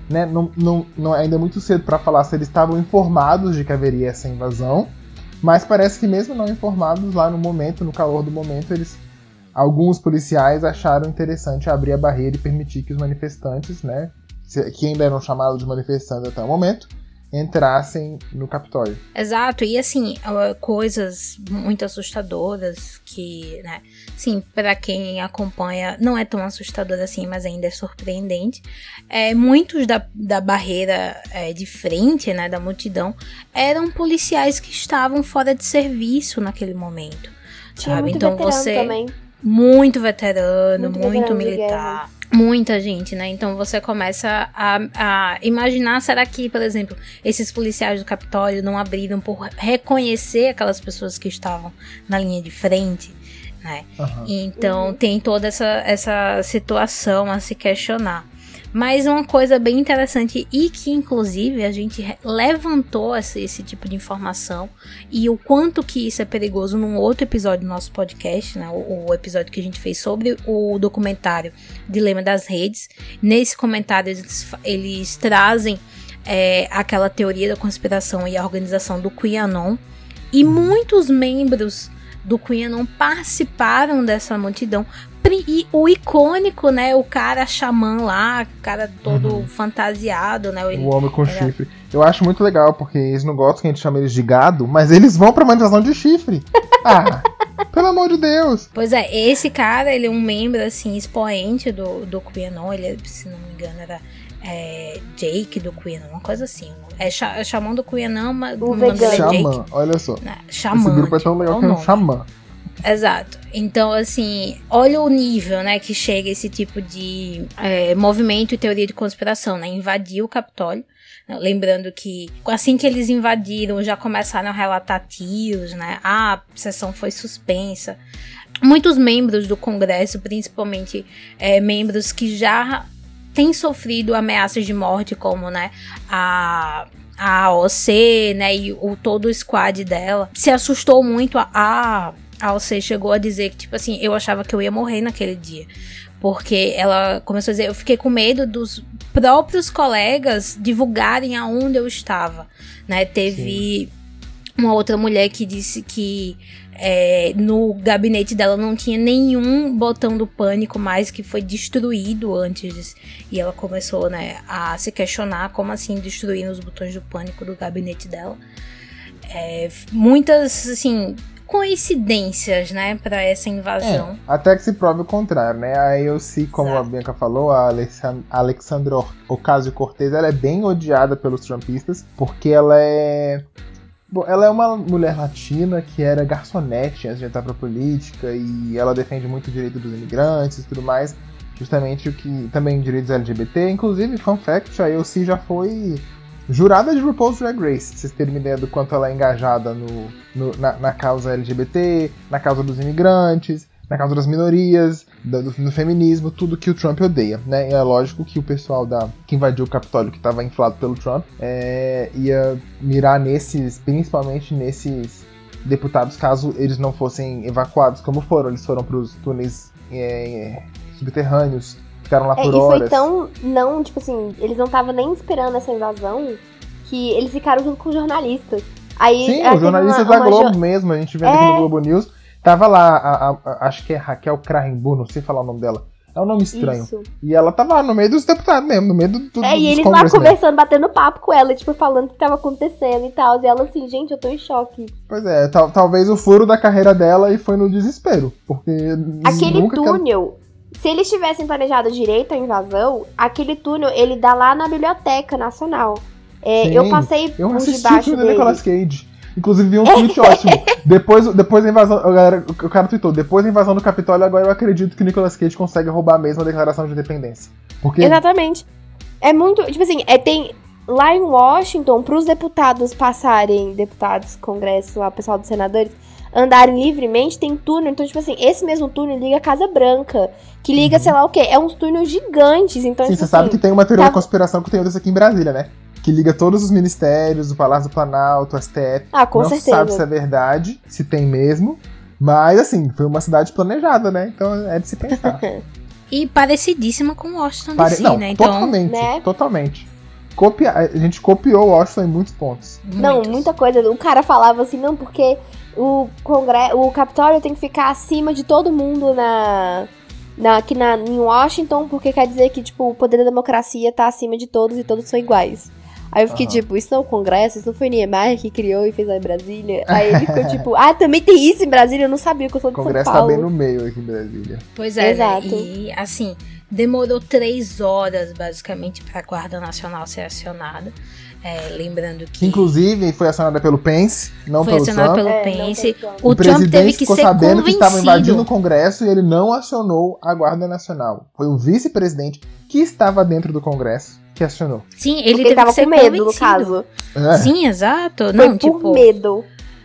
né, ainda é muito cedo para falar se eles estavam informados de que haveria essa invasão, mas parece que mesmo não informados, lá no momento, no calor do momento, alguns policiais acharam interessante abrir a barreira e permitir que os manifestantes, né, que ainda eram chamados de manifestantes até o momento, entrassem no Capitólio. Exato, e assim, coisas muito assustadoras que, né, sim, para quem acompanha não é tão assustador assim, mas ainda é surpreendente. Muitos da barreira de frente, né, da multidão, eram policiais que estavam fora de serviço naquele momento. Tinha sabe? muito Então veterano também. Muito veterano, muito veterano militar. Muita gente, né? Então você começa a imaginar, será que, por exemplo, esses policiais do Capitólio não abriram por reconhecer aquelas pessoas que estavam na linha de frente, né? Uhum. Então tem toda essa situação a se questionar. Mas uma coisa bem interessante e que, inclusive, a gente levantou esse tipo de informação e o quanto que isso é perigoso num outro episódio do nosso podcast, né? O episódio que a gente fez sobre o documentário Dilema das Redes. Nesse comentário, eles trazem aquela teoria da conspiração e a organização do QAnon. E muitos membros do QAnon participaram dessa multidão. E o icônico, né, o cara xamã lá, o cara todo fantasiado, né? O homem com chifre. Eu acho muito legal, porque eles não gostam que a gente chame eles de gado, mas eles vão pra manifestação de chifre. Ah, pelo amor de Deus. Pois é, esse cara, ele é um membro, assim, expoente do QAnon, ele, se não me engano, era Jake do QAnon, uma coisa assim. É xamã do QAnon, mas o nome dele é Jake. Xamã, olha só. Xamã. Esse grupo é tão legal que é um xamã. Exato. Então, assim, olha o nível, né, que chega esse tipo de movimento e teoria de conspiração, né? Invadir o Capitólio. Lembrando que assim que eles invadiram, já começaram a relatar tiros, né? A sessão foi suspensa. Muitos membros do Congresso, principalmente membros que já têm sofrido ameaças de morte, como, né, a AOC, né, e todo o squad dela, se assustou muito. A AOC chegou a dizer que, tipo assim, eu achava que eu ia morrer naquele dia. Porque ela começou a dizer, eu fiquei com medo dos próprios colegas divulgarem aonde eu estava, né? Teve uma outra mulher que disse que no gabinete dela não tinha nenhum botão do pânico mais, que foi destruído antes. E ela começou, né, a se questionar como assim destruíram os botões do pânico do gabinete dela. Muitas, assim, coincidências, né, para essa invasão. Até que se prove o contrário, né? A AOC, como a Bianca falou, a Alexandria Ocasio-Cortez, ela é bem odiada pelos trumpistas, porque ela é uma mulher latina que era garçonete antes de entrar pra política, e ela defende muito o direito dos imigrantes e tudo mais, justamente o que também direitos LGBT. Inclusive, fun fact, a AOC já foi jurada de RuPaul's Drag Race, pra vocês terem uma ideia do quanto ela é engajada na causa LGBT, na causa dos imigrantes, na causa das minorias, do feminismo, tudo que o Trump odeia, né? E é lógico que o pessoal que invadiu o Capitólio, que estava inflado pelo Trump, ia mirar principalmente nesses deputados, caso eles não fossem evacuados como foram. Eles foram para os túneis subterrâneos, ficaram lá por horas. E foi tão, tipo assim, eles não estavam nem esperando essa invasão, que eles ficaram junto com os jornalistas. Aí, sim, os jornalistas da Globo mesmo, a gente vê aqui no Globo News. Tava lá, acho que é Raquel Krahenbu, não sei falar o nome dela. É um nome estranho. Isso. E ela tava lá no meio dos deputados mesmo, no meio dos e eles lá conversando, batendo papo com ela, tipo, falando o que tava acontecendo e tal. E ela assim, gente, eu tô em choque. Pois é, talvez o furo da carreira dela e foi no desespero. Porque aquele túnel, se eles tivessem planejado direito a invasão, aquele túnel, ele dá lá na Biblioteca Nacional. Eu passei por debaixo dele. Nicolas Cage. Inclusive, vi um tweet ótimo. Depois da invasão, o cara tweetou, depois da invasão do Capitólio, agora eu acredito que o Nicolas Cage consegue roubar mesmo a declaração de independência. Porque... Exatamente. É muito, tipo assim, tem lá em Washington, pros deputados passarem, deputados, congresso, lá, pessoal dos senadores, andarem livremente, tem túnel. Então, tipo assim, esse mesmo túnel liga a Casa Branca, que liga, sei lá o quê, é uns túneis gigantes. Então, sim, tipo, você sabe que tem uma teoria da conspiração que tem desse aqui em Brasília, né? Que liga todos os ministérios, o Palácio do Planalto, o STF. Com certeza. Não se sabe se é verdade, se tem mesmo. Mas, assim, foi uma cidade planejada, né? Então é de se pensar. E parecidíssima com Washington DC, né? Então, totalmente. copiou o Washington em muitos pontos. Não, muita coisa. O cara falava assim, não, porque o Capitólio tem que ficar acima de todo mundo em Washington, porque quer dizer que, tipo, o poder da democracia tá acima de todos e todos são iguais. Aí eu fiquei tipo, isso não é o Congresso, isso não foi Niemeyer que criou e fez lá em Brasília. Aí ele ficou tipo, também tem isso em Brasília? Eu não sabia que eu sou de São Paulo. O Congresso tá bem no meio aqui em Brasília. Pois é, exato. Né? E assim, demorou 3 horas basicamente pra Guarda Nacional ser acionada. Lembrando que... Inclusive, foi acionada pelo Pence, não pelo Trump. Foi acionada pelo Pence. O Trump teve que ficou ser sabendo que estava convencido. invadindo o Congresso e ele não acionou a Guarda Nacional. Foi o vice-presidente que estava dentro do Congresso que acionou. Sim, ele teve tava que ser com medo, convencido. no caso. Sim, exato. Foi não, por tipo, medo.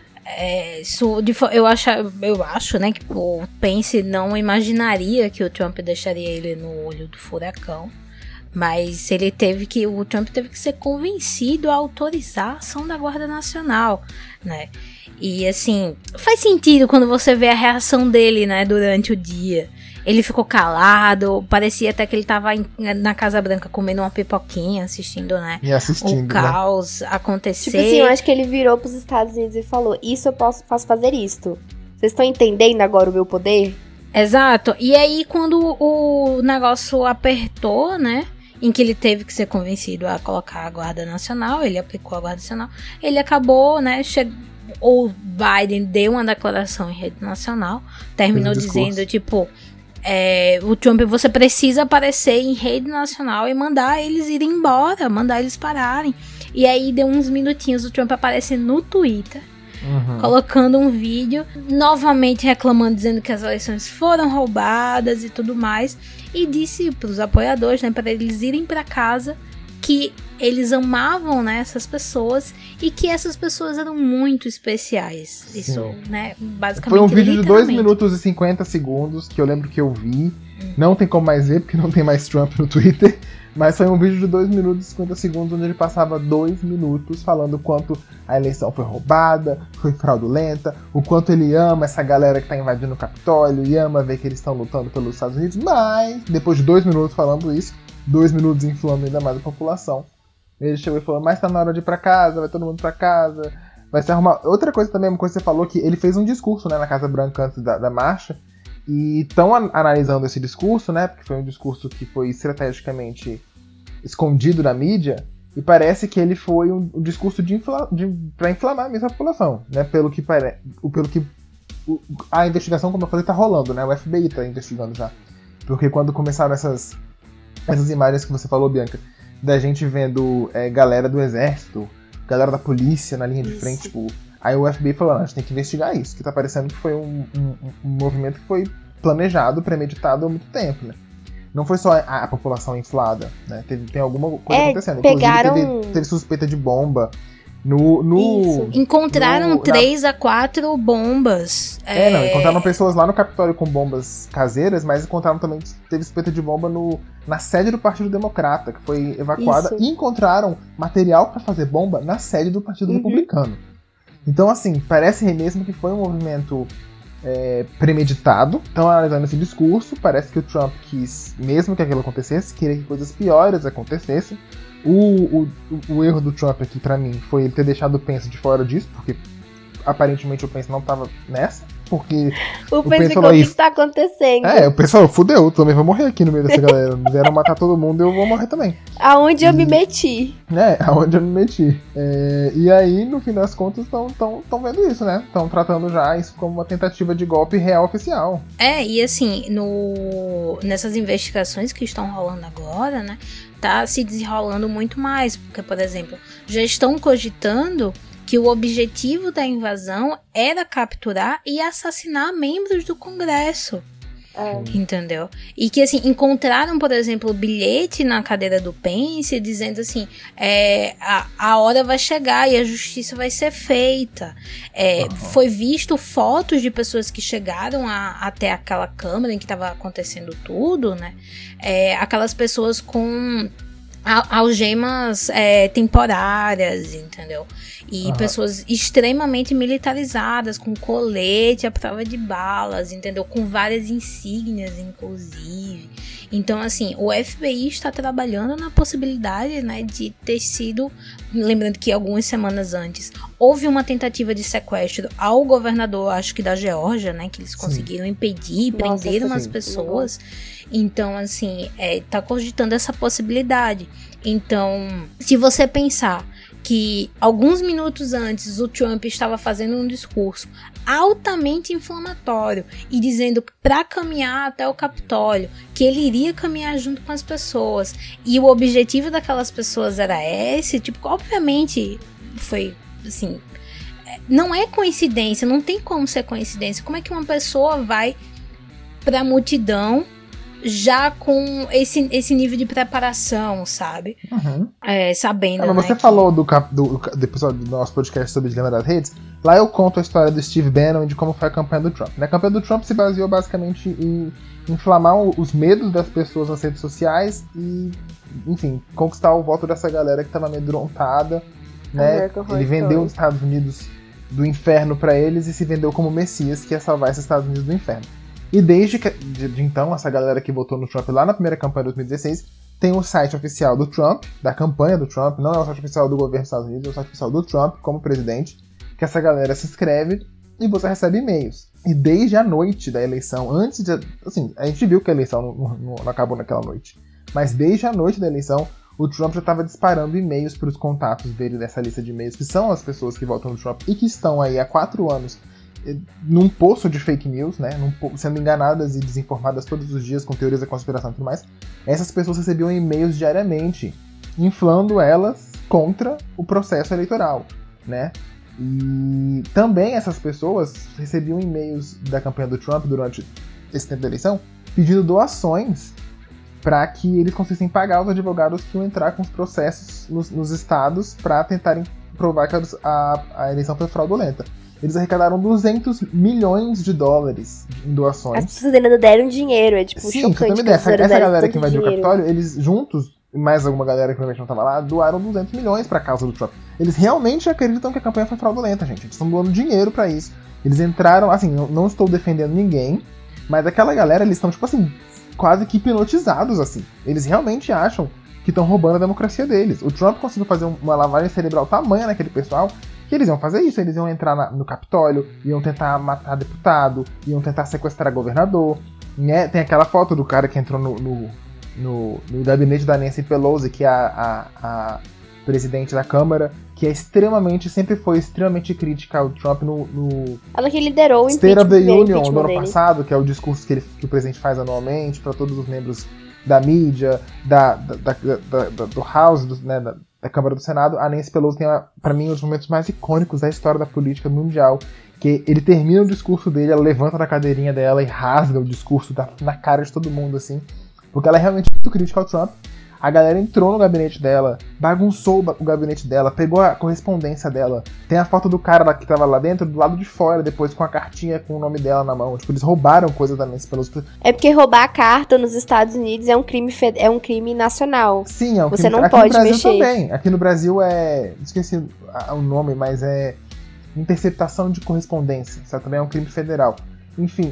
Eu acho, né, que o Pence não imaginaria que o Trump deixaria ele no olho do furacão. Mas o Trump teve que ser convencido a autorizar a ação da Guarda Nacional, né? E assim, faz sentido quando você vê a reação dele, né, durante o dia. Ele ficou calado, parecia até que ele tava na Casa Branca comendo uma pipoquinha, assistindo, né? E assistindo, o caos acontecer. Tipo assim, eu acho que ele virou pros Estados Unidos e falou, isso eu posso fazer isto. Vocês estão entendendo agora o meu poder? Exato. E aí, quando o negócio apertou, né? Em que ele teve que ser convencido a colocar a Guarda Nacional, ele aplicou a Guarda Nacional, ele acabou, né, o Biden deu uma declaração em rede nacional, terminou dizendo, tipo, o Trump, você precisa aparecer em rede nacional e mandar eles irem embora, mandar eles pararem. E aí deu uns minutinhos, o Trump aparece no Twitter, colocando um vídeo, novamente reclamando, dizendo que as eleições foram roubadas e tudo mais, e disse pros apoiadores, né, para eles irem para casa, que eles amavam, né, essas pessoas e que essas pessoas eram muito especiais. Sim. Isso, né, basicamente. Foi um vídeo de 2 minutos e 50 segundos que eu lembro que eu vi. Não tem como mais ver, porque não tem mais Trump no Twitter. Mas foi um vídeo de 2 minutos e 50 segundos onde ele passava 2 minutos falando o quanto a eleição foi roubada, foi fraudulenta, o quanto ele ama essa galera que tá invadindo o Capitólio e ama ver que eles estão lutando pelos Estados Unidos. Mas, depois de 2 minutos falando isso, 2 minutos inflando ainda mais a população, ele chegou e falou, mas tá na hora de ir pra casa, vai todo mundo pra casa, vai se arrumar. Outra coisa também, uma coisa que você falou, que ele fez um discurso, né, na Casa Branca antes da marcha, e estão analisando esse discurso, né, porque foi um discurso que foi estrategicamente escondido na mídia, e parece que ele foi um discurso para inflamar mesmo a população, né, a investigação, como eu falei, tá rolando, né, o FBI tá investigando já, porque quando começaram essas imagens que você falou, Bianca, da gente vendo galera do exército, galera da polícia na linha de frente, tipo, aí o FBI falou, a gente tem que investigar isso, que tá parecendo que foi um movimento que foi planejado, premeditado há muito tempo, né? Não foi só a população inflada, né? Tem alguma coisa acontecendo. Inclusive teve suspeita de bomba. Encontraram 3 a 4 bombas. Encontraram pessoas lá no Capitólio com bombas caseiras, mas encontraram também, teve suspeita de bomba na sede do Partido Democrata, que foi evacuada, e encontraram material para fazer bomba na sede do Partido Republicano. Então, assim, parece mesmo que foi um movimento premeditado. Então, analisando esse discurso, parece que o Trump quis, mesmo que aquilo acontecesse, queria que coisas piores acontecessem. O erro do Trump aqui, pra mim, foi ele ter deixado o Pence de fora disso, porque aparentemente o Pence não tava nessa, porque o Pence ficou, o que tá acontecendo? O Pence falou, fudeu, eu também vou morrer aqui no meio dessa galera, vieram matar todo mundo, eu vou morrer também. Aonde eu me meti. Aonde eu me meti. E aí, no fim das contas, estão vendo isso, né? Estão tratando já isso como uma tentativa de golpe real oficial. E assim, nessas investigações que estão rolando agora, né, tá se desenrolando muito mais, porque, por exemplo, já estão cogitando que o objetivo da invasão era capturar e assassinar membros do Congresso. Entendeu? E que, assim, encontraram, por exemplo, o bilhete na cadeira do Pence dizendo assim, a hora vai chegar e a justiça vai ser feita. Foi visto fotos de pessoas que chegaram até aquela câmara em que estava acontecendo tudo, né? Aquelas pessoas com algemas temporárias, entendeu? E pessoas extremamente militarizadas, com colete à prova de balas, entendeu? Com várias insígnias, inclusive. Então, assim, o FBI está trabalhando na possibilidade, né, de ter sido... Lembrando que algumas semanas antes houve uma tentativa de sequestro ao governador, acho que da Geórgia, né, que eles conseguiram impedir, prenderam as pessoas. Então, assim, tá cogitando essa possibilidade. Então, se você pensar que alguns minutos antes o Trump estava fazendo um discurso altamente inflamatório e dizendo para caminhar até o Capitólio, que ele iria caminhar junto com as pessoas, e o objetivo daquelas pessoas era esse, tipo, obviamente foi, assim, não é coincidência, não tem como ser coincidência. Como é que uma pessoa vai pra multidão já com esse nível de preparação, sabe? Sabendo, mas você falou do episódio do nosso podcast sobre Dilema das Redes. Lá eu conto a história do Steve Bannon e de como foi a campanha do Trump. A campanha do Trump se baseou basicamente em inflamar os medos das pessoas nas redes sociais e, enfim, conquistar o voto dessa galera que estava amedrontada, né? Ele vendeu os Estados Unidos do inferno para eles e se vendeu como Messias que ia salvar esses Estados Unidos do inferno. E desde então, essa galera que votou no Trump lá na primeira campanha de 2016 tem o site oficial do Trump, da campanha do Trump, não é o site oficial do governo dos Estados Unidos, é o site oficial do Trump como presidente, que essa galera se inscreve e você recebe e-mails. E desde a noite da eleição, antes de... Assim, a gente viu que a eleição não acabou naquela noite, mas desde a noite da eleição, o Trump já estava disparando e-mails para os contatos dele dessa lista de e-mails, que são as pessoas que votam no Trump e que estão aí há 4 anos num poço de fake news, né, sendo enganadas e desinformadas todos os dias com teorias da conspiração e tudo mais. Essas pessoas recebiam e-mails diariamente, inflando elas contra o processo eleitoral, né? E também essas pessoas recebiam e-mails da campanha do Trump durante esse tempo da eleição, pedindo doações para que eles conseguissem pagar os advogados que iam entrar com os processos nos estados para tentarem provar que a eleição foi fraudulenta. Eles arrecadaram $200 milhões em doações. As pessoas ainda deram dinheiro, é tipo chocante. Sim, essa galera que invadiu o Capitólio, eles juntos, mais alguma galera que provavelmente não estava lá, doaram 200 milhões pra causa do Trump. Eles realmente acreditam que a campanha foi fraudulenta, gente. Eles estão doando dinheiro pra isso. Eles entraram, assim, não estou defendendo ninguém, mas aquela galera, eles estão, tipo assim, quase que hipnotizados, assim. Eles realmente acham que estão roubando a democracia deles. O Trump conseguiu fazer uma lavagem cerebral tamanha naquele pessoal que eles iam fazer isso, eles iam entrar no Capitólio, iam tentar matar deputado, iam tentar sequestrar governador, né? Tem aquela foto do cara que entrou no gabinete da Nancy Pelosi, que é a presidente da Câmara, que sempre foi extremamente crítica ao Trump ela que liderou o State of the Union do ano passado, que é o discurso que o presidente faz anualmente para todos os membros da mídia, do House, da Câmara do Senado. A Nancy Pelosi tem, pra mim, um dos momentos mais icônicos da história da política mundial, que ele termina o discurso dele, ela levanta da cadeirinha dela e rasga o discurso na cara de todo mundo, assim, porque ela é realmente muito crítica ao Trump. A galera entrou no gabinete dela, bagunçou o gabinete dela, pegou a correspondência dela. Tem a foto do cara lá que tava lá dentro, do lado de fora, depois com a cartinha com o nome dela na mão. Tipo, eles roubaram coisa da Nancy Pelosi. É porque roubar a carta nos Estados Unidos é um crime nacional. Sim, é um crime. Você não pode mexer. Aqui no Brasil também. Aqui no Brasil esqueci o nome, mas é interceptação de correspondência. Isso também é um crime federal. Enfim,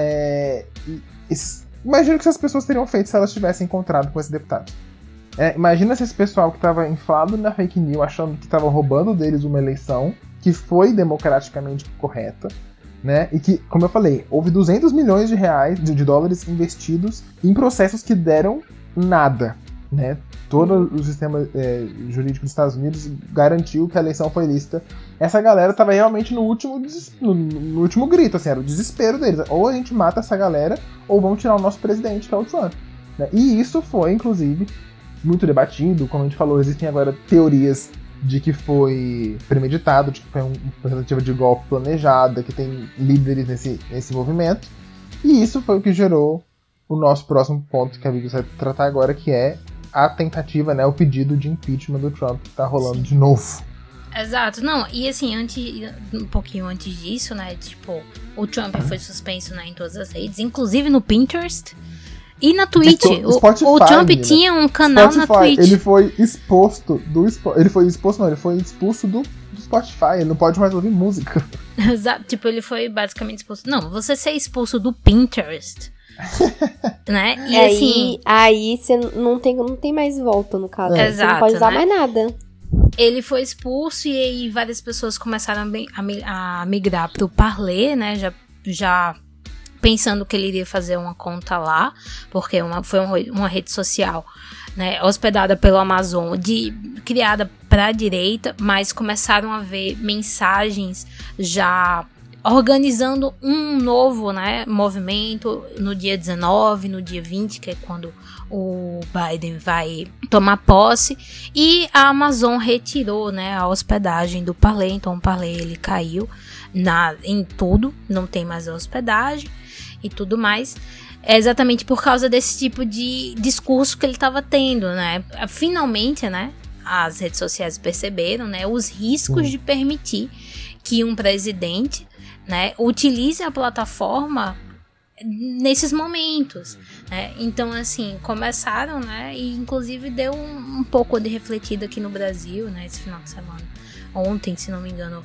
imagino que essas pessoas teriam feito se elas tivessem encontrado com esse deputado. Imagina se esse pessoal que estava inflado na fake news, achando que estavam roubando deles uma eleição que foi democraticamente correta, né? E que, como eu falei, houve $200 milhões de dólares investidos em processos que deram nada, né? Todo o sistema jurídico dos Estados Unidos garantiu que a eleição foi lícita. Essa galera estava realmente no último grito, assim, era o desespero deles. Ou a gente mata essa galera, ou vamos tirar o nosso presidente, que é o Trump, né? E isso foi, inclusive, muito debatido. Como a gente falou, existem agora teorias de que foi premeditado, de que foi uma tentativa de golpe planejada, que tem líderes nesse movimento. E isso foi o que gerou o nosso próximo ponto que a Vivi vai tratar agora, que é a tentativa, né, o pedido de impeachment do Trump, que tá rolando de novo. Exato, não, e assim, um pouquinho antes disso, né, tipo, o Trump foi suspenso, né, em todas as redes, inclusive no Pinterest. E na Twitch, Spotify, o Trump tinha um canal Spotify, na Twitch. Ele foi expulso do Spotify, ele não pode mais ouvir música. Exato, tipo, ele foi basicamente expulso. Não, você ser expulso do Pinterest Né? E assim... Aí você não tem mais volta, no caso. Exato, você não pode usar, né, mais nada. Ele foi expulso e aí várias pessoas começaram a migrar pro Parler, né? Já pensando que ele iria fazer uma conta lá, porque foi uma rede social, né, hospedada pelo Amazon, criada para a direita, mas começaram a ver mensagens já organizando um novo, né, movimento no dia 19, no dia 20, que é quando o Biden vai tomar posse, e a Amazon retirou, né, a hospedagem do Parler, então o Parler ele caiu em tudo, não tem mais a hospedagem e tudo mais, é exatamente por causa desse tipo de discurso que ele estava tendo, né? Finalmente, né, as redes sociais perceberam, né, os riscos de permitir que um presidente, né, utilize a plataforma nesses momentos, né? Então, assim, começaram, né, e inclusive deu um pouco de refletido aqui no Brasil, né, esse final de semana. Ontem, se não me engano,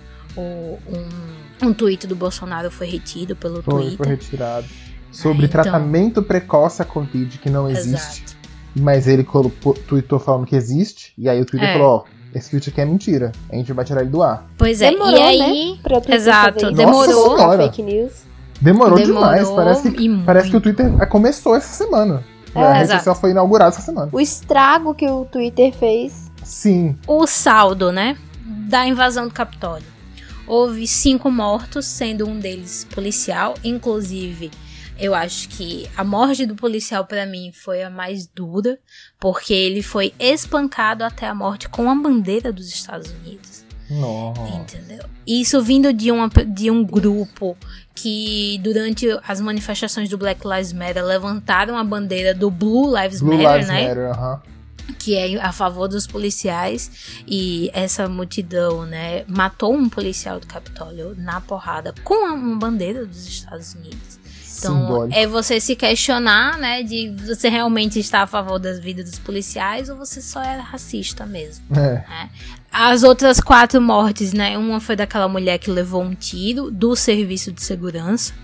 um tweet do Bolsonaro foi retido pelo Twitter. Foi retirado. Sobre tratamento precoce à Covid, que não existe. Exato. Mas ele tweetou falando que existe. E aí o Twitter falou, esse tweet aqui é mentira. A gente vai tirar ele do ar. Pois é, demorou, e aí... Né, exato, demorou. Fake news. Demorou demais. Parece que o Twitter começou essa semana. A rede social foi inaugurada essa semana. O estrago que o Twitter fez. Sim. O saldo, né, da invasão do Capitólio. Houve 5 mortos, sendo um deles policial. Inclusive, eu acho que a morte do policial, pra mim, foi a mais dura, porque ele foi espancado até a morte com a bandeira dos Estados Unidos. Nossa. Entendeu? Isso vindo de um grupo que, durante as manifestações do Black Lives Matter, levantaram a bandeira do Blue Lives Matter, né? Que é a favor dos policiais, e essa multidão, né, matou um policial do Capitólio na porrada com uma bandeira dos Estados Unidos. Então, simbólico. É você se questionar, né, de você realmente estar a favor das vidas dos policiais ou você só é racista mesmo. Né? As outras 4 mortes, né, uma foi daquela mulher que levou um tiro do serviço de segurança,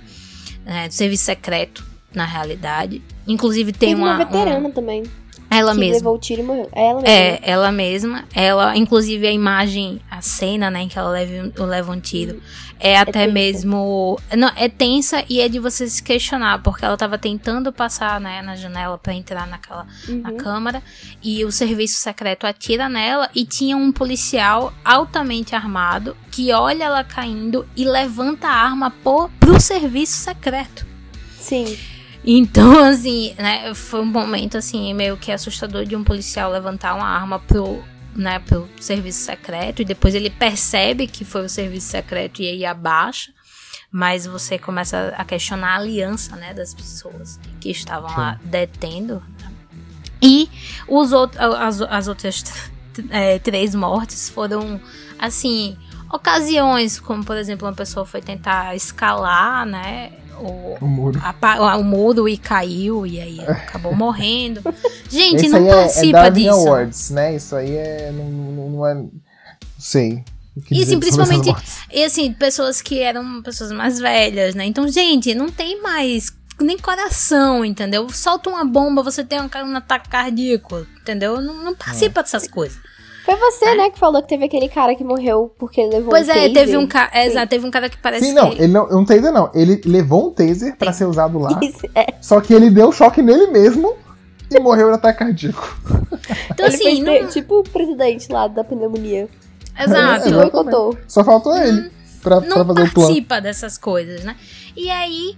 do serviço secreto, na realidade. Inclusive tem uma veterana também. Ela mesma. Levou o tiro e morreu. Ela mesma. Ela mesma. Ela, inclusive, a imagem, a cena, né, em que ela leva um tiro, é até mesmo... Não, é tensa e é de você se questionar, porque ela tava tentando passar, né, na janela pra entrar na câmara, e o serviço secreto atira nela, e tinha um policial altamente armado que olha ela caindo e levanta a arma pro serviço secreto. Sim. Então, assim, né, foi um momento, assim, meio que assustador de um policial levantar uma arma pro serviço secreto, e depois ele percebe que foi o serviço secreto e aí abaixa, mas você começa a questionar a aliança, né, das pessoas que estavam lá detendo. E as outras 3 mortes foram, assim, ocasiões, como, por exemplo, uma pessoa foi tentar escalar, né, o muro e caiu, e aí acabou morrendo. Gente, esse não participa disso. Awards, né? Isso aí não é... Não sei. E assim, principalmente, e assim, pessoas que eram pessoas mais velhas, né? Então, gente, não tem mais nem coração, entendeu? Solta uma bomba, você tem um ataque cardíaco, entendeu? Não participa dessas coisas. Foi você, né, que falou que teve aquele cara que morreu porque ele levou um taser. Pois é, teve um cara que parece... Sim, não, ele não taser não. Ele levou um taser pra ser usado lá. Isso, Só que ele deu choque nele mesmo e morreu de ataque cardíaco. Então, ele assim... tipo o presidente lá da pneumonia. Exato. Só faltou ele pra fazer o plano. Não participa dessas coisas, né? E aí,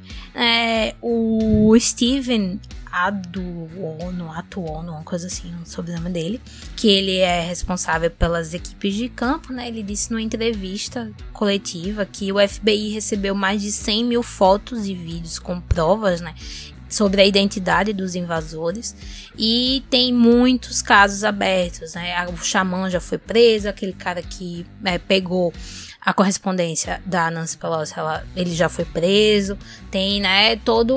o Steven Atuono, uma coisa assim, o sobrenome dele, que ele é responsável pelas equipes de campo, né? Ele disse numa entrevista coletiva que o FBI recebeu mais de 100 mil fotos e vídeos com provas, né, sobre a identidade dos invasores, e tem muitos casos abertos, né? O xamã já foi preso, aquele cara que pegou a correspondência da Nancy Pelosi, ele já foi preso, tem, né, todo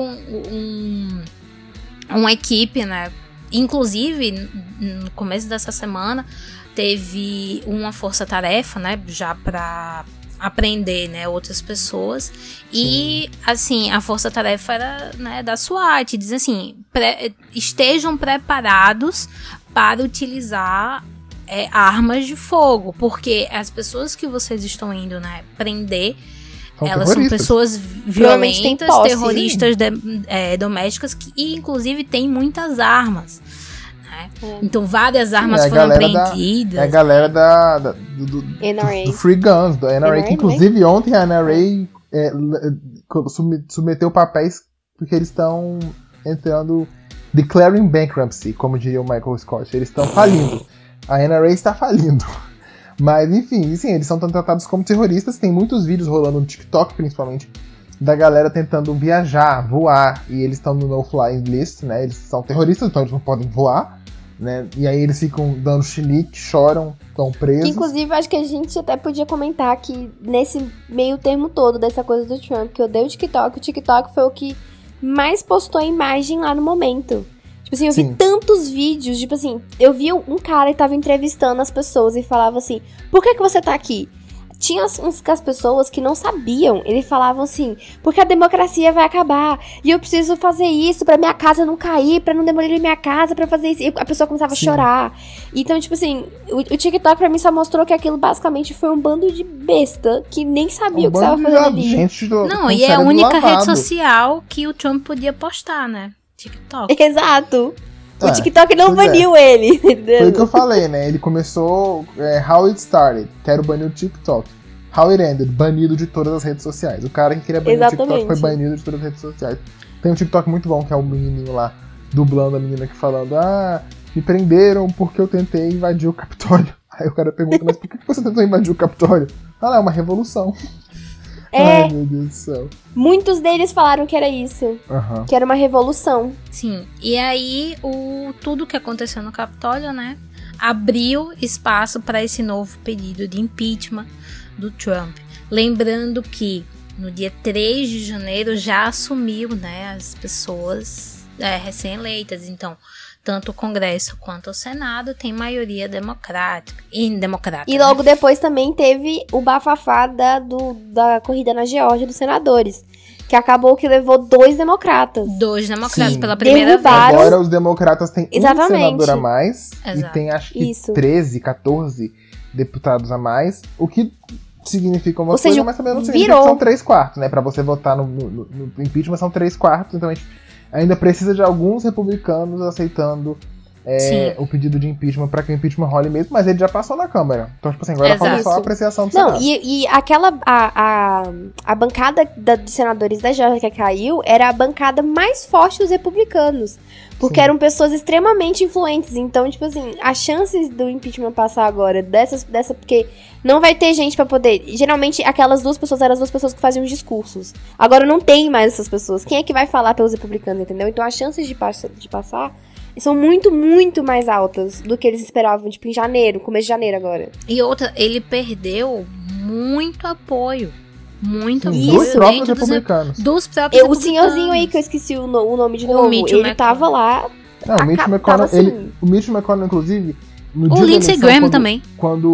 uma equipe, né? Inclusive, no começo dessa semana, teve uma força-tarefa, né, já para aprender, né, outras pessoas. E, assim, a força-tarefa era, né, da SWAT. Diz assim, estejam preparados para utilizar armas de fogo, porque as pessoas que vocês estão indo, né, prender, elas são pessoas violentas, terroristas domésticas, e inclusive têm muitas armas. Então várias armas foram apreendidas. É a galera do Free Guns, do NRA, que inclusive ontem a NRA submeteu papéis porque eles estão entrando, declaring bankruptcy, como diria o Michael Scott. Eles estão falindo. A NRA está falindo. Mas enfim, sim, eles são tratados como terroristas. Tem muitos vídeos rolando no TikTok, principalmente, da galera tentando viajar, voar, e eles estão no no-fly list, né? Eles são terroristas, então eles não podem voar, né? E aí eles ficam dando chilique, choram, estão presos. Inclusive, acho que a gente até podia comentar que nesse meio termo todo dessa coisa do Trump, que eu dei o TikTok foi o que mais postou a imagem lá no momento. Tipo assim, eu vi tantos vídeos, tipo assim, eu vi um cara que tava entrevistando as pessoas e falava assim, por que você tá aqui? Tinha as pessoas que não sabiam, eles falavam assim, porque a democracia vai acabar, e eu preciso fazer isso pra minha casa não cair, pra não demolir minha casa, pra fazer isso, e a pessoa começava a chorar. Então, tipo assim, o TikTok pra mim só mostrou que aquilo basicamente foi um bando de besta, que nem sabia o que estava fazendo ali. Não, e é a única rede social que o Trump podia postar, né? TikTok. Exato. O TikTok não baniu ele. Foi o que eu falei, né? Ele começou how it started, quero banir o TikTok. How it ended, banido de todas as redes sociais. O cara que queria banir o TikTok foi banido de todas as redes sociais. Tem um TikTok muito bom, que é o menininho lá, dublando a menina aqui falando, me prenderam porque eu tentei invadir o Capitólio. Aí o cara pergunta, mas por que você tentou invadir o Capitólio? É uma revolução. Ai, meu Deus do céu. Muitos deles falaram que era isso. Que era uma revolução. Sim. E aí, tudo que aconteceu no Capitólio, né, abriu espaço para esse novo pedido de impeachment do Trump. Lembrando que no dia 3 de janeiro já assumiu, né, as pessoas recém-eleitas. Então, tanto o Congresso quanto o Senado tem maioria democrática. E logo depois também teve o bafafá da corrida na Geórgia dos senadores, que acabou que levou 2 democratas. 2 democratas pela primeira vez. Agora os democratas têm um senador a mais. Exato. E tem acho que 13, 14 deputados a mais, o que significa uma coisa, mas também não significa que são 3/4, né? Pra você votar no impeachment são 3/4, então a gente ainda precisa de alguns republicanos aceitando o pedido de impeachment para que o impeachment role mesmo, mas ele já passou na Câmara. Então, tipo assim, agora falta só a apreciação do Senado. Não, e aquela a bancada de senadores da Geórgia que caiu era a bancada mais forte dos republicanos. Porque eram pessoas extremamente influentes. Então, tipo assim, as chances do impeachment passar agora, dessa porque não vai ter gente pra poder... Geralmente, aquelas 2 pessoas eram as 2 pessoas que faziam os discursos. Agora não tem mais essas pessoas. Quem é que vai falar pelos republicanos, entendeu? Então, as chances de passar são muito, muito mais altas do que eles esperavam, tipo, em janeiro, começo de janeiro agora. E outra, ele perdeu muito apoio. Muito apoio. Dos próprios republicanos. Dos próprios republicanos. O senhorzinho aí, que eu esqueci o nome de novo, ele tava lá... Não, o Mitch McConnell, assim. O Mitch McConnell, inclusive, no dia o Lindsey Graham também. Quando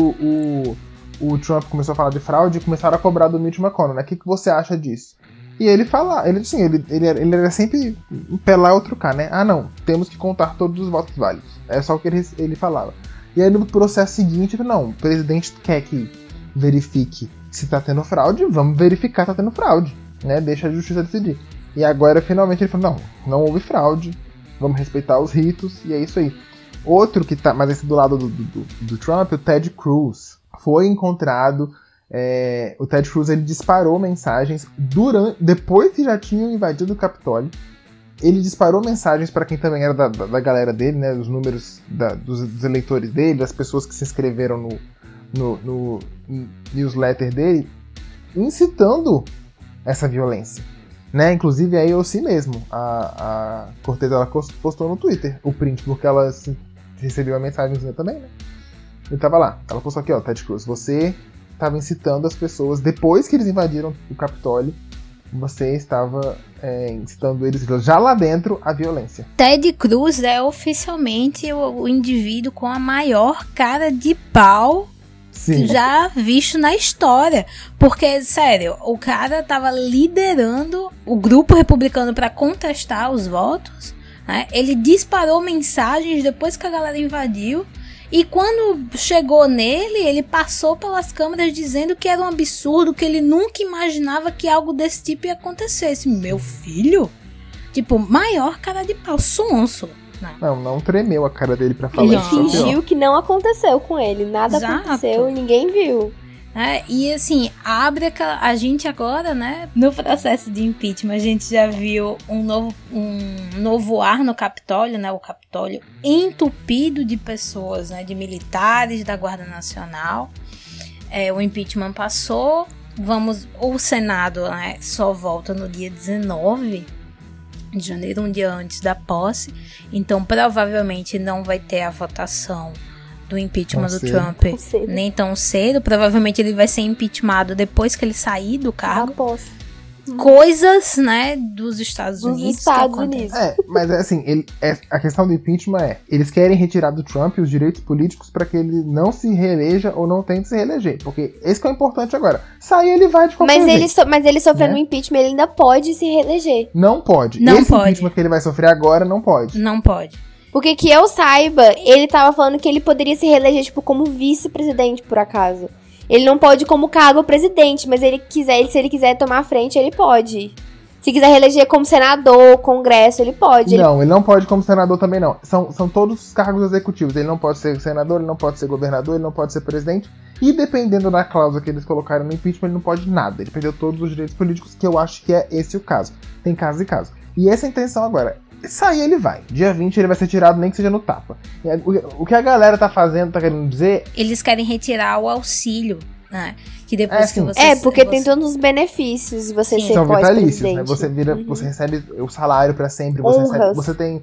o Trump começou a falar de fraude, começaram a cobrar do Mitch McConnell, né? O que você acha disso? E ele fala, ele era sempre um pé lá outro cá, né? Não, temos que contar todos os votos válidos. É só o que ele falava. E aí no processo seguinte, não, o presidente quer que verifique se tá tendo fraude, vamos verificar se tá tendo fraude, né? Deixa a justiça decidir. E agora, finalmente, ele falou, não houve fraude, vamos respeitar os ritos, e é isso aí. Outro que tá, mas esse do lado do Trump, o Ted Cruz, foi encontrado... o Ted Cruz, ele disparou mensagens depois que já tinham invadido o Capitólio. Ele disparou mensagens para quem também era da galera dele, né, os números dos eleitores dele, das pessoas que se inscreveram no newsletter dele, incitando essa violência, né? Inclusive a AOC mesmo, a Cortez, ela postou no Twitter o print, porque ela recebeu a mensagenzinha também, né? Ele tava lá, ela postou aqui, Ted Cruz, você estava incitando as pessoas, depois que eles invadiram o Capitólio, você estava incitando eles já lá dentro à violência. Ted Cruz é oficialmente o indivíduo com a maior cara de pau Sim. já visto na história. Porque, sério, o cara tava liderando o grupo republicano para contestar os votos, né? Ele disparou mensagens depois que a galera invadiu. E quando chegou nele, ele passou pelas câmeras dizendo que era um absurdo, que ele nunca imaginava que algo desse tipo ia acontecer. Meu filho? Tipo, maior cara de pau, sonso. Não tremeu a cara dele pra falar Ele isso. fingiu que não aconteceu com ele. Nada aconteceu, ninguém viu. E assim, abre a gente agora, né, no processo de impeachment, a gente já viu um novo ar no Capitólio, né, o Capitólio entupido de pessoas, né, de militares da Guarda Nacional. O impeachment passou, o Senado, né, só volta no dia 19 de janeiro, um dia antes da posse, então provavelmente não vai ter a votação do impeachment do Trump nem tão cedo. Provavelmente ele vai ser impeachmentado depois que ele sair do cargo. Coisas, né, dos Estados Unidos. Mas assim, a questão do impeachment eles querem retirar do Trump os direitos políticos para que ele não se reeleja ou não tente se reeleger. Porque esse que é o importante agora. Sair ele vai de qualquer jeito. Mas ele sofrendo impeachment, ele ainda pode se reeleger. Não pode. Impeachment que ele vai sofrer agora não pode. Não pode. Porque que eu saiba, ele tava falando que ele poderia se reeleger, tipo, como vice-presidente, por acaso. Ele não pode como cargo presidente, mas se ele quiser tomar a frente, ele pode. Se quiser reeleger como senador, congresso, ele pode. Não, ele não pode como senador também, não. São todos os cargos executivos. Ele não pode ser senador, ele não pode ser governador, ele não pode ser presidente. E dependendo da cláusula que eles colocaram no impeachment, ele não pode nada. Ele perdeu todos os direitos políticos, que eu acho que é esse o caso. Tem caso e caso. E essa é a intenção agora. Sair ele vai. Dia 20 ele vai ser tirado, nem que seja no tapa. O que a galera tá fazendo, tá querendo dizer... Eles querem retirar o auxílio, né? Que depois que você... porque tem todos os benefícios de você ser pós-presidente. Né? Você você recebe o salário pra sempre, você tem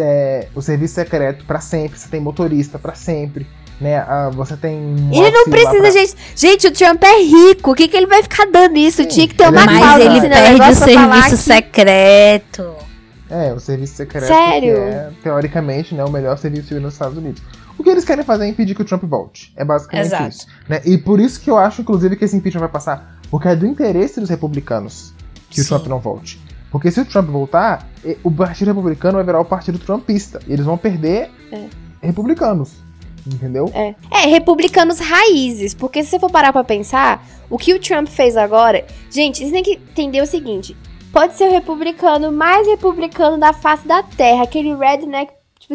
o serviço secreto pra sempre, você tem motorista pra sempre, né? Você tem... Ele não precisa, gente, o Trump é rico, o que ele vai ficar dando isso? Sim, tinha que ter uma causa. Mas ele perde o serviço secreto. O serviço secreto, sério? Que é, teoricamente, né, o melhor serviço civil nos Estados Unidos. O que eles querem fazer é impedir que o Trump volte. É basicamente isso. Né? E por isso que eu acho, inclusive, que esse impeachment vai passar. Porque é do interesse dos republicanos que o Trump não volte. Porque se o Trump voltar, o Partido Republicano vai virar o Partido Trumpista. E eles vão perder republicanos. Entendeu? Republicanos raízes. Porque se você for parar pra pensar, o que o Trump fez agora... Gente, vocês têm que entender o seguinte... Pode ser o republicano mais republicano da face da terra. Aquele redneck,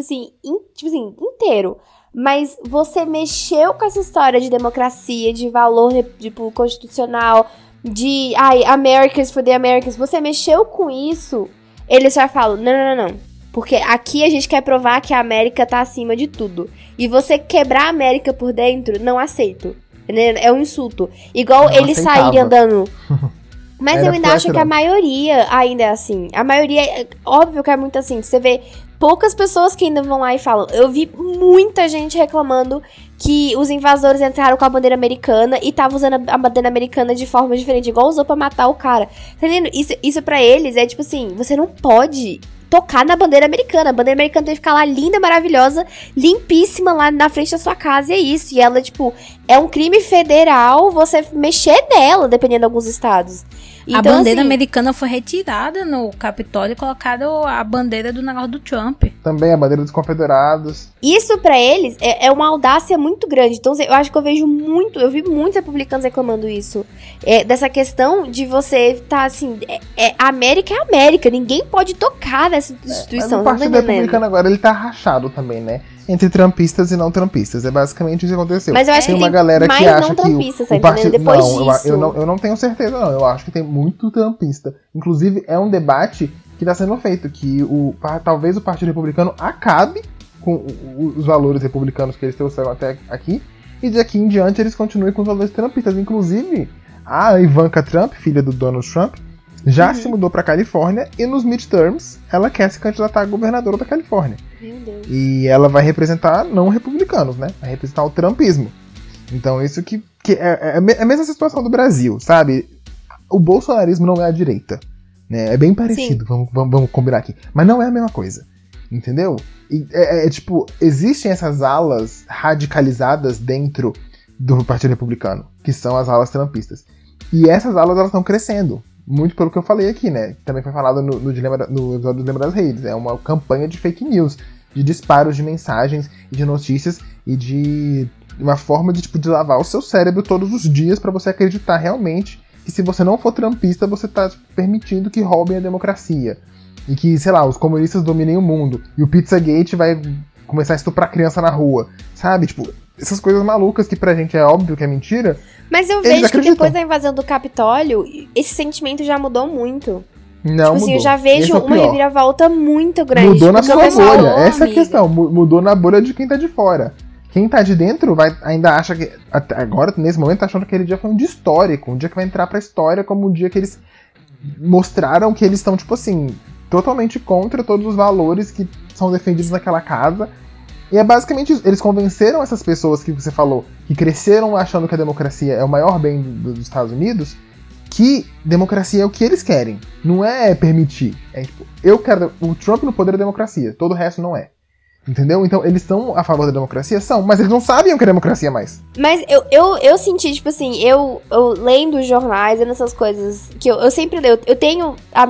inteiro. Mas você mexeu com essa história de democracia, de valor tipo, constitucional, de Americans for the Americans. Você mexeu com isso, eles já falam, não. Porque aqui a gente quer provar que a América tá acima de tudo. E você quebrar a América por dentro, não aceito. É um insulto. Igual não eles saírem andando... Mas eu ainda acho que a maioria ainda é assim. A maioria, óbvio que é muito assim. Você vê poucas pessoas que ainda vão lá e falam. Eu vi muita gente reclamando que os invasores entraram com a bandeira americana e estavam usando a bandeira americana de forma diferente, igual usou pra matar o cara. Tá entendendo? Isso pra eles é tipo assim, você não pode tocar na bandeira americana. A bandeira americana tem que ficar lá linda, maravilhosa, limpíssima lá na frente da sua casa, e é isso. E ela, tipo, é um crime federal você mexer nela, dependendo de alguns estados. Então, a bandeira americana foi retirada no Capitólio e colocada a bandeira do negócio do Trump. Também a bandeira dos confederados. Isso pra eles é uma audácia muito grande. Então eu acho que eu vi muitos republicanos reclamando isso. Dessa questão de você tá assim, a América é a América, ninguém pode tocar nessa instituição. O Partido Republicano agora, ele tá rachado também, né? Entre trumpistas e não trumpistas. É basicamente isso que aconteceu. Mas eu acho tem que uma tem galera mais que acha não que trumpistas, o partido... Depois não, disso. Eu não tenho certeza, não. Eu acho que tem muito trumpista. Inclusive, é um debate que está sendo feito, que talvez o Partido Republicano acabe com os valores republicanos que eles trouxeram até aqui, e de aqui em diante eles continuem com os valores trumpistas. Inclusive, a Ivanka Trump, filha do Donald Trump, já se mudou pra Califórnia, e nos midterms ela quer se candidatar a governadora da Califórnia. Meu Deus. E ela vai representar não republicanos, né? Vai representar o trumpismo. Então isso que é a mesma situação do Brasil, sabe? O bolsonarismo não é a direita, né? É bem parecido, vamos combinar aqui. Mas não é a mesma coisa, entendeu? E tipo, existem essas alas radicalizadas dentro do Partido Republicano, que são as alas trumpistas. E essas alas, elas estão crescendo. Muito pelo que eu falei aqui, né? Também foi falado no episódio do Dilema das Redes. É uma campanha de fake news, de disparos de mensagens e de notícias e de uma forma de, tipo, de lavar o seu cérebro todos os dias pra você acreditar realmente que se você não for trumpista, você tá permitindo que roubem a democracia. E que, sei lá, os comunistas dominem o mundo. E o Pizzagate vai começar a estuprar criança na rua. Sabe? Tipo, essas coisas malucas que pra gente é óbvio que é mentira. Mas eu vejo que depois da invasão do Capitólio, esse sentimento já mudou muito. Não, tipo assim, mudou. eu já vejo uma reviravolta muito grande. Mudou na sua bolha. Essa é a amiga. questão. Mudou na bolha de quem tá de fora. Quem tá de dentro ainda acha que... Agora, nesse momento, tá achando que aquele dia foi um dia histórico. Um dia que vai entrar pra história como um dia que eles mostraram que eles estão, tipo assim, totalmente contra todos os valores que são defendidos naquela casa. E é basicamente isso. Eles convenceram essas pessoas que você falou, que cresceram achando que a democracia é o maior bem dos Estados Unidos, que democracia é o que eles querem. Não é permitir. É tipo, eu quero... O Trump no poder é democracia. Todo o resto não é. Entendeu? Então, eles estão a favor da democracia? São, mas eles não sabem o que é democracia mais. Mas eu senti, tipo assim, eu lendo os jornais, lendo essas coisas, que eu sempre leio. Eu tenho a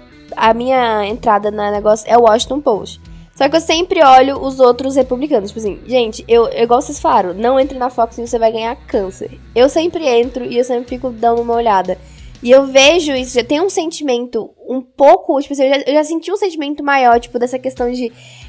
minha entrada no negócio é o Washington Post. Só que eu sempre olho os outros republicanos. Tipo assim, gente, igual vocês falaram, não entre na Fox News, você vai ganhar câncer. Eu sempre entro e eu sempre fico dando uma olhada. E eu vejo isso, já tem um sentimento um pouco, tipo assim, eu já senti um sentimento maior, tipo, dessa questão de...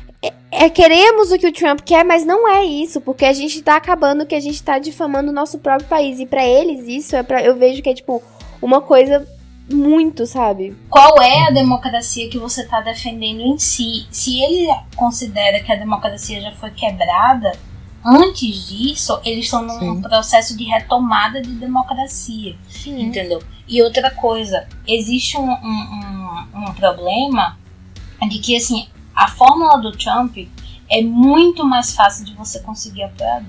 queremos o que o Trump quer, mas não é isso, porque a gente tá acabando, que a gente tá difamando o nosso próprio país. E pra eles isso eu vejo que é tipo uma coisa muito, sabe? Qual é a democracia que você tá defendendo em si? Se ele considera que a democracia já foi quebrada, antes disso, eles estão num processo de retomada de democracia. Sim. Entendeu? E outra coisa, existe um problema de que, assim, a fórmula do Trump é muito mais fácil de você conseguir apoiador.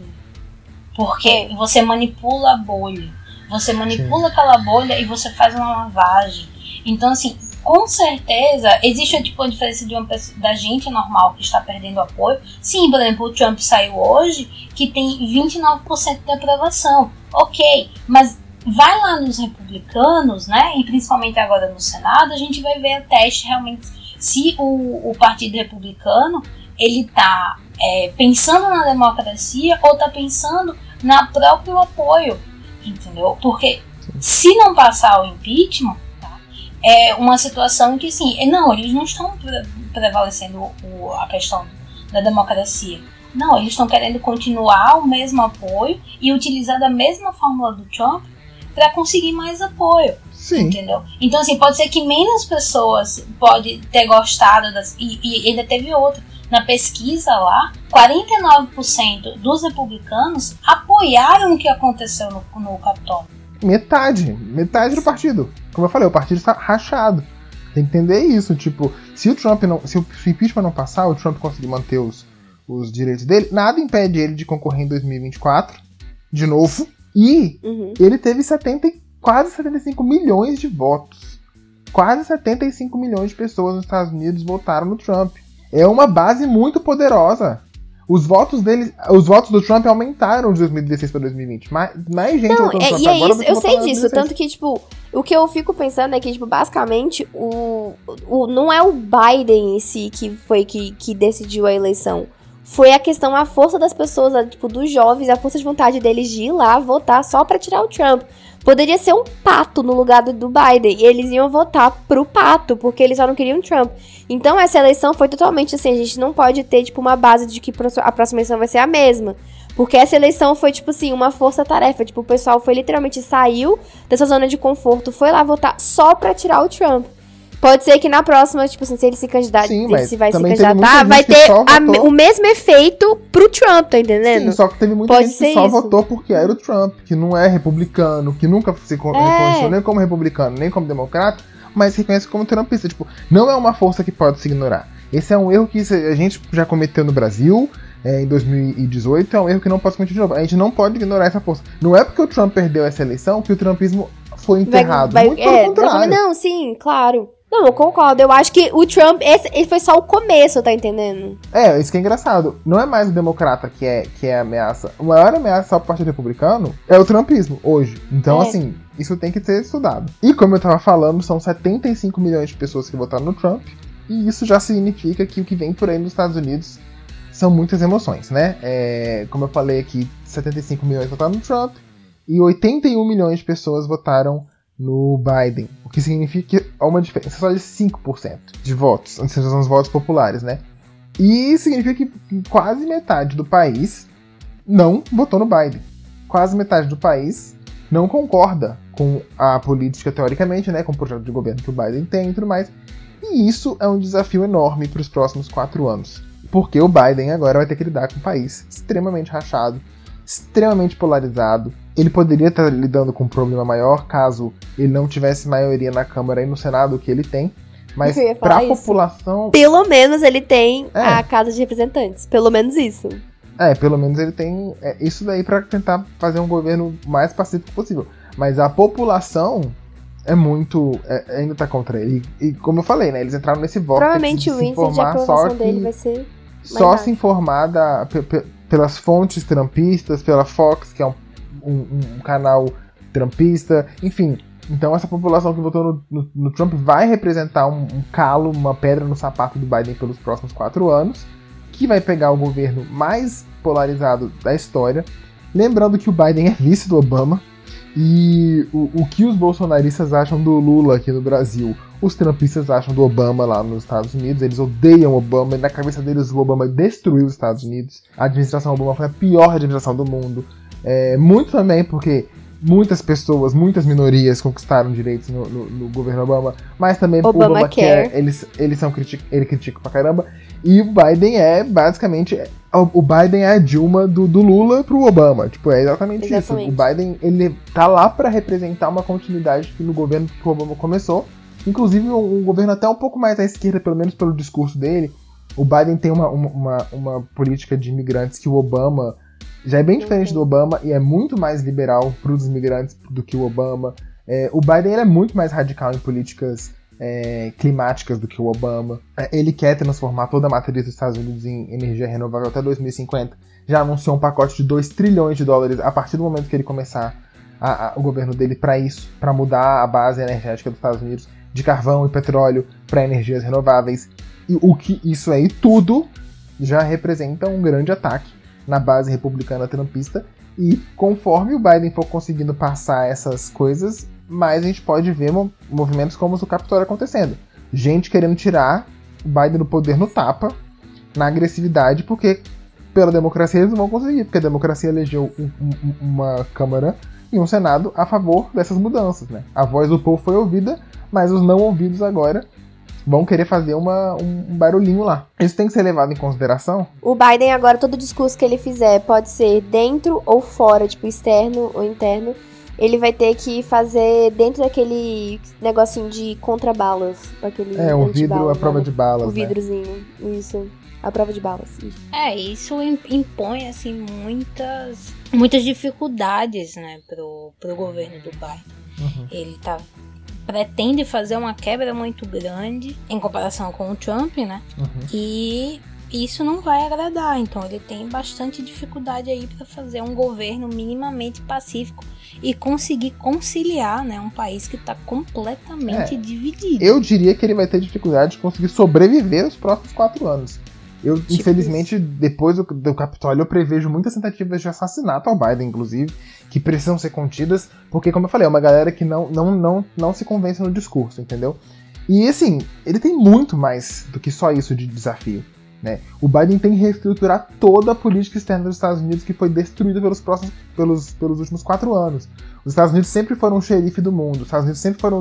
Porque você manipula a bolha. Você manipula aquela bolha e você faz uma lavagem. Então, assim, com certeza, existe tipo, a diferença de da gente normal que está perdendo apoio. Sim, por exemplo, o Trump saiu hoje que tem 29% de aprovação. Ok, mas vai lá nos republicanos, né? E principalmente agora no Senado, a gente vai ver a teste realmente se o Partido Republicano ele tá pensando na democracia ou tá pensando no próprio apoio, entendeu? Porque se não passar o impeachment, tá, é uma situação em que, sim, não, eles não estão prevalecendo a questão da democracia. Não, eles estão querendo continuar o mesmo apoio e utilizar da mesma fórmula do Trump para conseguir mais apoio. Sim. Entendeu? Então, assim, pode ser que menos pessoas podem ter gostado e ainda teve outra. Na pesquisa lá, 49% dos republicanos apoiaram o que aconteceu no Capitólio. Metade do partido. Como eu falei, o partido está rachado. Tem que entender isso. Tipo, se o impeachment não passar, o Trump conseguir manter os direitos dele, nada impede ele de concorrer em 2024, de novo. E ele teve quase 75 milhões de votos. Quase 75 milhões de pessoas nos Estados Unidos votaram no Trump. É uma base muito poderosa. Os votos do Trump aumentaram de 2016 para 2020. Mais gente votou no Trump agora do que eu votou sei em disso, 2016. tanto que, tipo, o que eu fico pensando é que, tipo, basicamente, não é o Biden em si que foi que decidiu a eleição. Foi a questão, a força das pessoas, tipo, dos jovens, a força de vontade deles de ir lá votar só pra tirar o Trump. Poderia ser um pato no lugar do Biden, e eles iam votar pro pato, porque eles só não queriam Trump. Então essa eleição foi totalmente assim, a gente não pode ter, tipo, uma base de que a próxima eleição vai ser a mesma. Porque essa eleição foi, tipo assim, uma força-tarefa. Tipo, o pessoal foi literalmente, saiu dessa zona de conforto, foi lá votar só pra tirar o Trump. Pode ser que na próxima, tipo assim, se ele se candidatar, vai ter o mesmo efeito pro Trump, tá entendendo? Sim, só que teve muita gente que só votou porque era o Trump, que não é republicano, que nunca se reconheceu nem como republicano, nem como democrata, mas se reconhece como trumpista. Tipo, não é uma força que pode se ignorar. Esse é um erro que a gente já cometeu no Brasil, em 2018, é um erro que não pode se cometer de novo. A gente não pode ignorar essa força. Não é porque o Trump perdeu essa eleição que o trumpismo foi enterrado. Muito pelo contrário. Não, sim, claro. Não, eu concordo. Eu acho que o Trump, esse foi só o começo, tá entendendo? Isso que é engraçado. Não é mais o democrata que é a ameaça. A maior ameaça ao Partido Republicano é o trumpismo, hoje. Então, assim, isso tem que ser estudado. E como eu tava falando, são 75 milhões de pessoas que votaram no Trump. E isso já significa que o que vem por aí nos Estados Unidos são muitas emoções, né? Como eu falei aqui, 75 milhões votaram no Trump. E 81 milhões de pessoas votaram no Biden, o que significa que há uma diferença só de 5% de votos, são os votos populares, né? E significa que quase metade do país não votou no Biden. Quase metade do país não concorda com a política, teoricamente, né, com o projeto de governo que o Biden tem e tudo mais. E isso é um desafio enorme para os próximos 4 anos. Porque o Biden agora vai ter que lidar com um país extremamente rachado, extremamente polarizado. Ele poderia estar lidando com um problema maior caso ele não tivesse maioria na Câmara e no Senado, que ele tem. Mas para a população... Pelo menos ele tem a Casa de Representantes. Pelo menos isso. Pelo menos ele tem isso daí para tentar fazer um governo mais pacífico possível. Mas a população é muito... ainda tá contra ele. E como eu falei, né? Eles entraram nesse voto. Provavelmente o índice de aprovação dele vai ser só se informar pelas fontes trumpistas, pela Fox, que é um canal trumpista, enfim. Então essa população que votou no Trump vai representar um calo, uma pedra no sapato do Biden pelos próximos 4 anos, que vai pegar o governo mais polarizado da história. Lembrando que o Biden é vice do Obama, e o que os bolsonaristas acham do Lula aqui no Brasil, os trumpistas acham do Obama lá nos Estados Unidos. Eles odeiam o Obama, e na cabeça deles o Obama destruiu os Estados Unidos. A administração Obama foi a pior administração do mundo. Muito também porque muitas pessoas, muitas minorias conquistaram direitos no governo Obama, mas também o Obamacare, ele critica pra caramba. E o Biden é basicamente... O Biden é a Dilma do Lula pro Obama. Tipo, é exatamente isso. O Biden, ele tá lá pra representar uma continuidade no governo que o Obama começou. Inclusive, um governo até um pouco mais à esquerda, pelo menos pelo discurso dele. O Biden tem uma política de imigrantes que o Obama já é bem diferente do Obama e é muito mais liberal para os imigrantes do que o Obama. O Biden ele é muito mais radical em políticas climáticas do que o Obama. Ele quer transformar toda a matriz dos Estados Unidos em energia renovável até 2050. Já anunciou um pacote de 2 trilhões de dólares a partir do momento que ele começar o governo dele para isso, para mudar a base energética dos Estados Unidos de carvão e petróleo para energias renováveis. E o que isso aí tudo já representa um grande ataque na base republicana trumpista. E conforme o Biden for conseguindo passar essas coisas, mais a gente pode ver movimentos como o do Capitólio acontecendo. Gente querendo tirar o Biden do poder no tapa, na agressividade, porque pela democracia eles não vão conseguir, porque a democracia elegeu uma Câmara e um Senado a favor dessas mudanças, né? A voz do povo foi ouvida, mas os não ouvidos agora vão querer fazer um barulhinho lá. Isso tem que ser levado em consideração. O Biden agora, todo discurso que ele fizer, pode ser dentro ou fora, tipo externo ou interno, ele vai ter que fazer dentro daquele negocinho de contrabalas. O vidro, a prova de balas. O vidrozinho, isso. A prova de balas. Isso impõe, assim, muitas dificuldades, né, pro governo do Biden. Uhum. Ele pretende fazer uma quebra muito grande em comparação com o Trump, né? Uhum. E isso não vai agradar. Então ele tem bastante dificuldade aí para fazer um governo minimamente pacífico e conseguir conciliar, né, um país que está completamente dividido. Eu diria que ele vai ter dificuldade de conseguir sobreviver os próximos 4 anos. Infelizmente, depois do Capitólio, eu prevejo muitas tentativas de assassinato ao Biden, inclusive, que precisam ser contidas, porque, como eu falei, é uma galera que não se convence no discurso, entendeu? E, assim, ele tem muito mais do que só isso de desafio, né? O Biden tem que reestruturar toda a política externa dos Estados Unidos, que foi destruída pelos últimos 4 anos. Os Estados Unidos sempre foram o xerife do mundo, os Estados Unidos sempre foram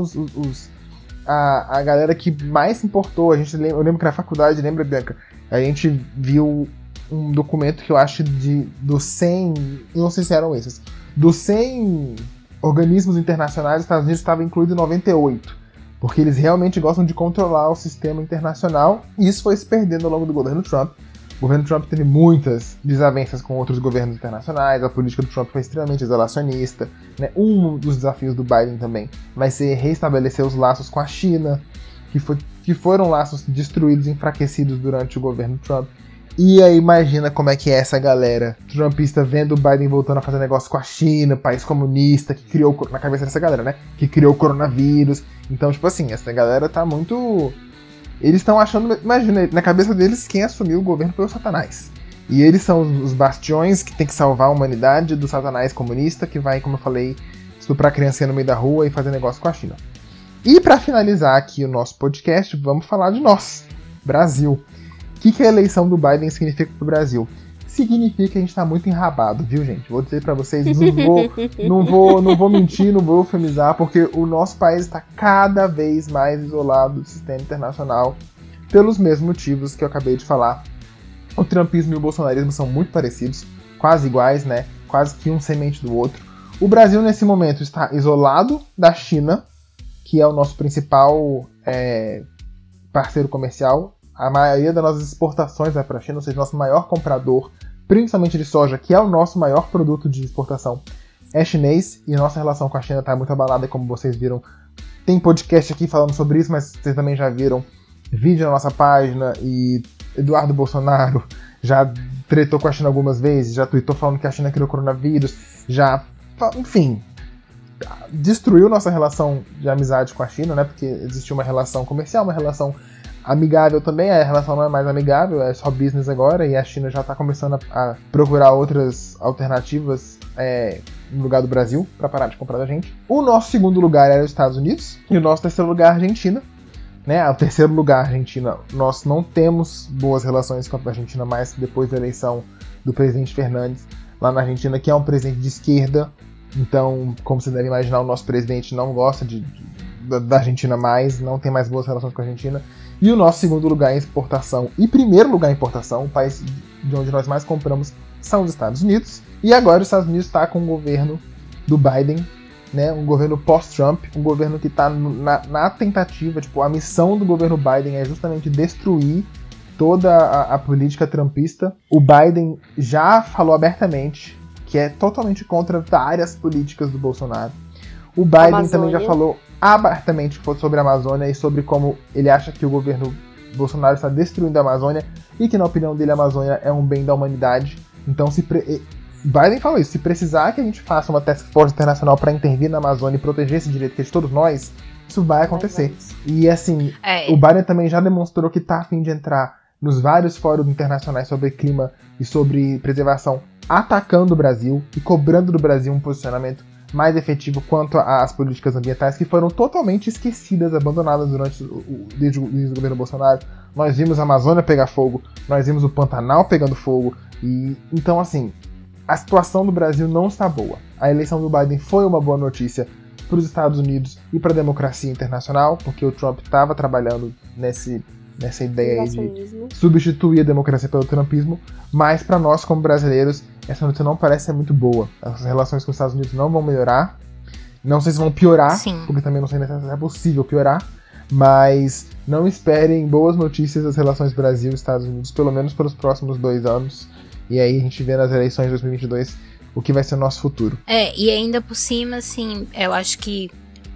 a galera que mais se importou. Eu lembro que na faculdade, lembra, Bianca? A gente viu um documento que eu acho dos 100, não sei se eram esses, dos 100 organismos internacionais, os Estados Unidos estava incluído em 98, porque eles realmente gostam de controlar o sistema internacional, e isso foi se perdendo ao longo do governo Trump. O governo Trump teve muitas desavenças com outros governos internacionais, a política do Trump foi extremamente isolacionista, né? Um dos desafios do Biden também vai ser reestabelecer os laços com a China, que foram laços destruídos, enfraquecidos durante o governo Trump. E aí imagina como é que é essa galera trumpista vendo o Biden voltando a fazer negócio com a China, país comunista, que criou, na cabeça dessa galera, né? Que criou o coronavírus. Então, tipo assim, essa galera tá muito... Eles estão achando... Imagina, na cabeça deles, quem assumiu o governo foi o Satanás. E eles são os bastiões que tem que salvar a humanidade do Satanás comunista, que vai, como eu falei, estuprar criancinha no meio da rua e fazer negócio com a China. E pra finalizar aqui o nosso podcast, vamos falar de nós, Brasil. O que a eleição do Biden significa pro Brasil? Significa que a gente tá muito enrabado, viu, gente? Vou dizer pra vocês, não vou mentir, não vou eufemizar, porque o nosso país está cada vez mais isolado do sistema internacional pelos mesmos motivos que eu acabei de falar. O trumpismo e o bolsonarismo são muito parecidos, quase iguais, né? Quase que um semente do outro. O Brasil, nesse momento, está isolado da China, que é o nosso principal parceiro comercial. A maioria das nossas exportações vai para a China, ou seja, nosso maior comprador, principalmente de soja, que é o nosso maior produto de exportação, é chinês, e a nossa relação com a China está muito abalada, como vocês viram. Tem podcast aqui falando sobre isso, mas vocês também já viram vídeo na nossa página, e Eduardo Bolsonaro já tretou com a China algumas vezes, já tweetou falando que a China criou coronavírus, enfim, destruiu nossa relação de amizade com a China, né? Porque existiu uma relação comercial, uma relação amigável também, a relação não é mais amigável, é só business agora, e a China já está começando a procurar outras alternativas no lugar do Brasil, para parar de comprar da gente. O nosso segundo lugar era os Estados Unidos, e o nosso terceiro lugar, a Argentina. Né? O terceiro lugar, a Argentina, nós não temos boas relações com a Argentina mais depois da eleição do presidente Fernandes, lá na Argentina, que é um presidente de esquerda. Então, como você deve imaginar, o nosso presidente não gosta da Argentina mais, não tem mais boas relações com a Argentina. E o nosso segundo lugar em exportação e primeiro lugar em importação, o país de onde nós mais compramos, são os Estados Unidos. E agora os Estados Unidos está com o governo do Biden, né, um governo pós-Trump, um governo que está na tentativa, tipo, a missão do governo Biden é justamente destruir toda a política trumpista. O Biden já falou abertamente que é totalmente contra várias políticas do Bolsonaro. O Biden também já falou abertamente sobre a Amazônia e sobre como ele acha que o governo Bolsonaro está destruindo a Amazônia e que, na opinião dele, a Amazônia é um bem da humanidade. Então, Biden falou isso, se precisar que a gente faça uma task force internacional para intervir na Amazônia e proteger esse direito que é de todos nós, isso vai acontecer. E assim, o Biden também já demonstrou que está a fim de entrar nos vários fóruns internacionais sobre clima e sobre preservação, atacando o Brasil e cobrando do Brasil um posicionamento mais efetivo quanto às políticas ambientais que foram totalmente esquecidas, abandonadas desde o governo Bolsonaro. Nós vimos a Amazônia pegar fogo, nós vimos o Pantanal pegando fogo, e então assim, a situação do Brasil não está boa. A eleição do Biden foi uma boa notícia para os Estados Unidos e para a democracia internacional, porque o Trump estava trabalhando nessa ideia aí de substituir a democracia pelo trumpismo, mas para nós como brasileiros essa notícia não parece ser muito boa. As relações com os Estados Unidos não vão melhorar, não sei se vão piorar, porque também não sei se é possível piorar, mas não esperem boas notícias das relações Brasil e Estados Unidos, pelo menos pelos próximos 2 anos, e aí a gente vê nas eleições de 2022 o que vai ser o nosso futuro. E ainda por cima, assim, eu acho que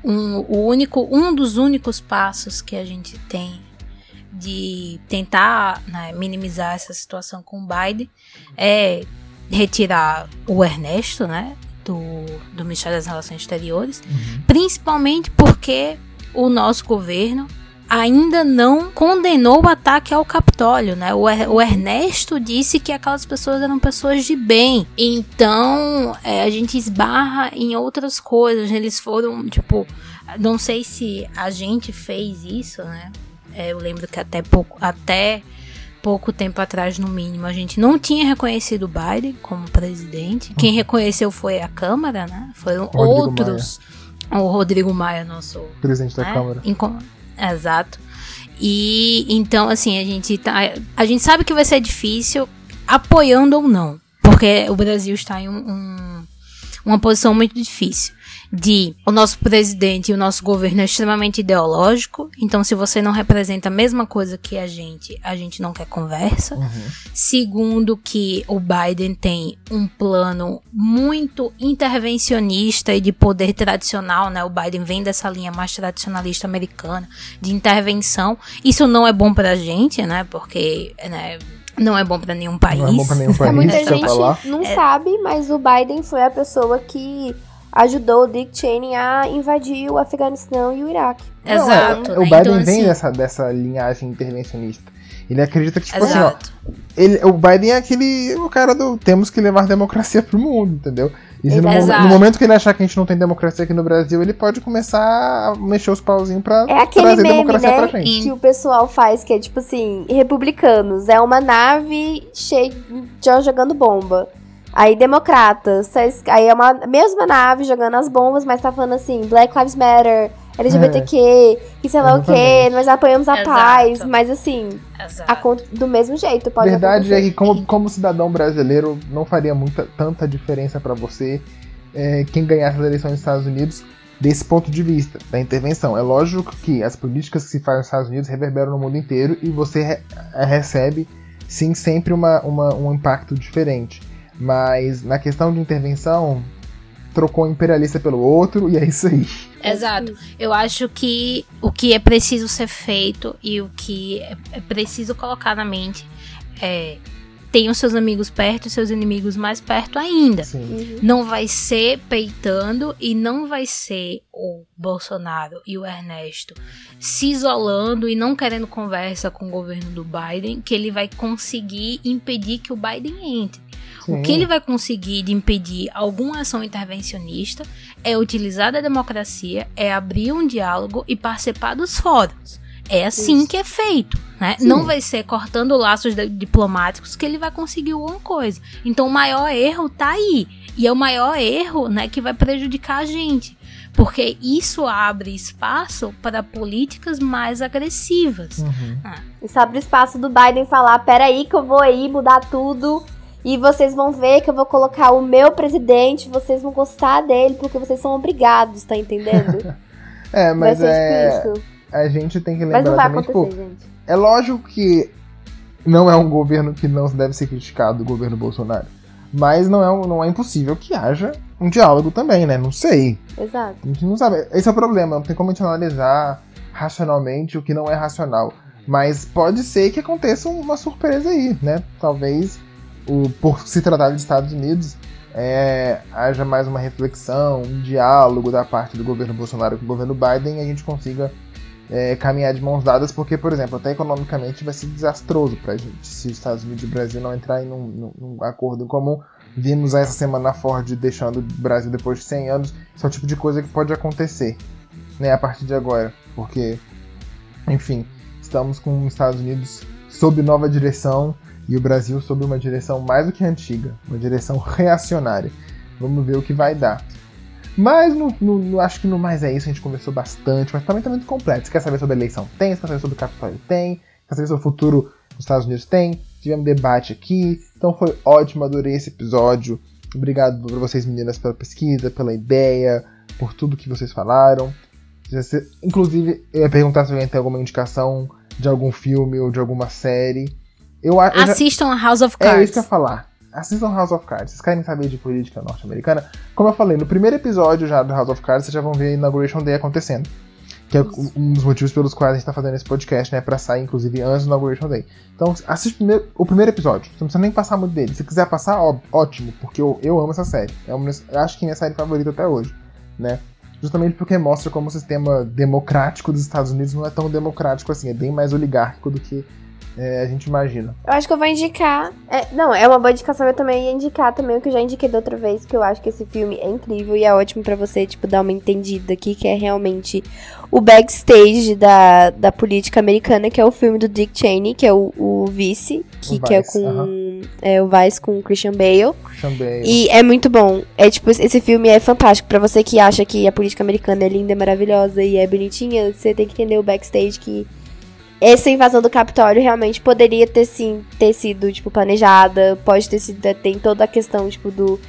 um dos únicos passos que a gente tem de tentar, né, minimizar essa situação com o Biden é retirar o Ernesto, né, do Ministério das Relações Exteriores, principalmente porque o nosso governo ainda não condenou o ataque ao Capitólio, né? O Ernesto disse que aquelas pessoas eram pessoas de bem. Então, a gente esbarra em outras coisas. Eles foram, tipo, não sei se a gente fez isso, né? Eu lembro que até pouco tempo atrás, no mínimo, a gente não tinha reconhecido o Biden como presidente. Quem reconheceu foi a Câmara, né? Foram outros. O Rodrigo Maia, nosso presidente da Câmara. Exato. E então, assim, a gente sabe que vai ser difícil, apoiando ou não, porque o Brasil está em uma posição muito difícil. de o nosso presidente e o nosso governo é extremamente ideológico, então se você não representa a mesma coisa que a gente não quer conversa. Segundo, que o Biden tem um plano muito intervencionista e de poder tradicional, né? O Biden vem dessa linha mais tradicionalista americana, de intervenção. Isso não é bom pra gente, né? Porque, né, não é bom pra nenhum país. Não é bom pra nenhum país. Muita deixa eu gente falar. não sabe, mas o Biden foi a pessoa que ajudou o Dick Cheney a invadir o Afeganistão e o Iraque. Exato. O né? Biden Então, vem assim, dessa linhagem intervencionista. Ele acredita que, tipo exato. assim, ó, o Biden é o cara do temos que levar democracia pro mundo, entendeu? E se Exato. no momento que ele achar que a gente não tem democracia aqui no Brasil, ele pode começar a mexer os pauzinhos pra É aquele trazer meme, democracia né, pra gente. que o pessoal faz, que é tipo assim, republicanos, é uma nave cheia jogando bomba. Aí democratas, aí é uma mesma nave jogando as bombas, mas tá falando assim, Black Lives Matter, LGBTQ, e sei lá o que, nós apoiamos a Exato. paz, mas assim, Exato. do mesmo jeito pode Verdade acontecer. é que como cidadão brasileiro não faria tanta diferença pra você quem ganhasse as eleições nos Estados Unidos desse ponto de vista, da intervenção. É lógico que as políticas que se fazem nos Estados Unidos reverberam no mundo inteiro e você recebe, sim, sempre um impacto diferente. Mas na questão de intervenção, trocou um imperialista pelo outro e é isso aí. Exato. Eu acho que o que é preciso ser feito e o que é preciso colocar na mente é: tenha os seus amigos perto e seus inimigos mais perto ainda. Sim. Não vai ser peitando e não vai ser o Bolsonaro e o Ernesto se isolando e não querendo conversa com o governo do Biden que ele vai conseguir impedir que o Biden entre. Sim. O que ele vai conseguir de impedir alguma ação intervencionista é utilizar da democracia, é abrir um diálogo e participar dos fóruns. É assim que é feito, né? Sim. Não vai ser cortando laços diplomáticos que ele vai conseguir alguma coisa. Então o maior erro tá aí. E é o maior erro, né, que vai prejudicar a gente. Porque isso abre espaço para políticas mais agressivas. Isso abre espaço do Biden falar, peraí que eu vou aí mudar tudo e vocês vão ver que eu vou colocar o meu presidente, vocês vão gostar dele porque vocês são obrigados, tá entendendo? Mas vai ser tipo isso. a gente tem que Mas lembrar não vai também, acontecer, tipo, gente. é lógico que não é um governo que não deve ser criticado, o governo Bolsonaro. Mas não é impossível que haja um diálogo também, né? Não sei. Exato. A gente não sabe. Esse é o problema. Não tem como a gente analisar racionalmente o que não é racional. Mas pode ser que aconteça uma surpresa aí, né? Talvez, por se tratar dos Estados Unidos, haja mais uma reflexão, um diálogo da parte do governo Bolsonaro com o governo Biden e a gente consiga caminhar de mãos dadas, porque, por exemplo, até economicamente vai ser desastroso pra gente se os Estados Unidos e o Brasil não entrarem num acordo em comum. Vimos essa semana a Ford deixando o Brasil depois de 100 anos. Isso é o tipo de coisa que pode acontecer, né, a partir de agora. Porque, enfim, estamos com os Estados Unidos sob nova direção e o Brasil sob uma direção mais do que antiga, uma direção reacionária. Vamos ver o que vai dar. Mas acho que no mais é isso, a gente conversou bastante, mas também tá muito completo. Você quer saber sobre a eleição? Tem. Você quer saber sobre o Capitólio? Tem. Quer saber sobre o futuro dos Estados Unidos? Tem. Tivemos debate aqui, então foi ótimo, adorei esse episódio. Obrigado por vocês, meninas, pela pesquisa, pela ideia, por tudo que vocês falaram. Inclusive, eu ia perguntar se alguém tem alguma indicação de algum filme ou de alguma série. Assistam a House of Cards. É isso que eu ia falar. Assistam House of Cards. Vocês querem saber de política norte-americana? Como eu falei, no primeiro episódio já do House of Cards, vocês já vão ver a Inauguration Day acontecendo. Que é um dos motivos pelos quais a gente tá fazendo esse podcast, né? Pra sair, inclusive, antes do Inauguration Day. Então, assiste o primeiro episódio. Você não precisa nem passar muito dele. Se quiser passar, ótimo. Porque eu amo essa série. Eu acho que é minha série favorita até hoje, né? Justamente porque mostra como o sistema democrático dos Estados Unidos não é tão democrático assim. É bem mais oligárquico do que a gente imagina. Eu acho que eu vou indicar... é uma boa indicação. Eu também ia indicar também o que eu já indiquei da outra vez, que eu acho que esse filme é incrível e é ótimo pra você, tipo, dar uma entendida aqui, que é realmente o backstage da política americana, que é o filme do Dick Cheney, que é o Vice, que é com... o Vice com o Christian Bale. E é muito bom. Tipo, esse filme é fantástico. Pra você que acha que a política americana é linda, é maravilhosa e é bonitinha, você tem que entender o backstage, que essa invasão do Capitólio realmente poderia ter sido, tipo, planejada. Pode ter sido, tem toda a questão, tipo,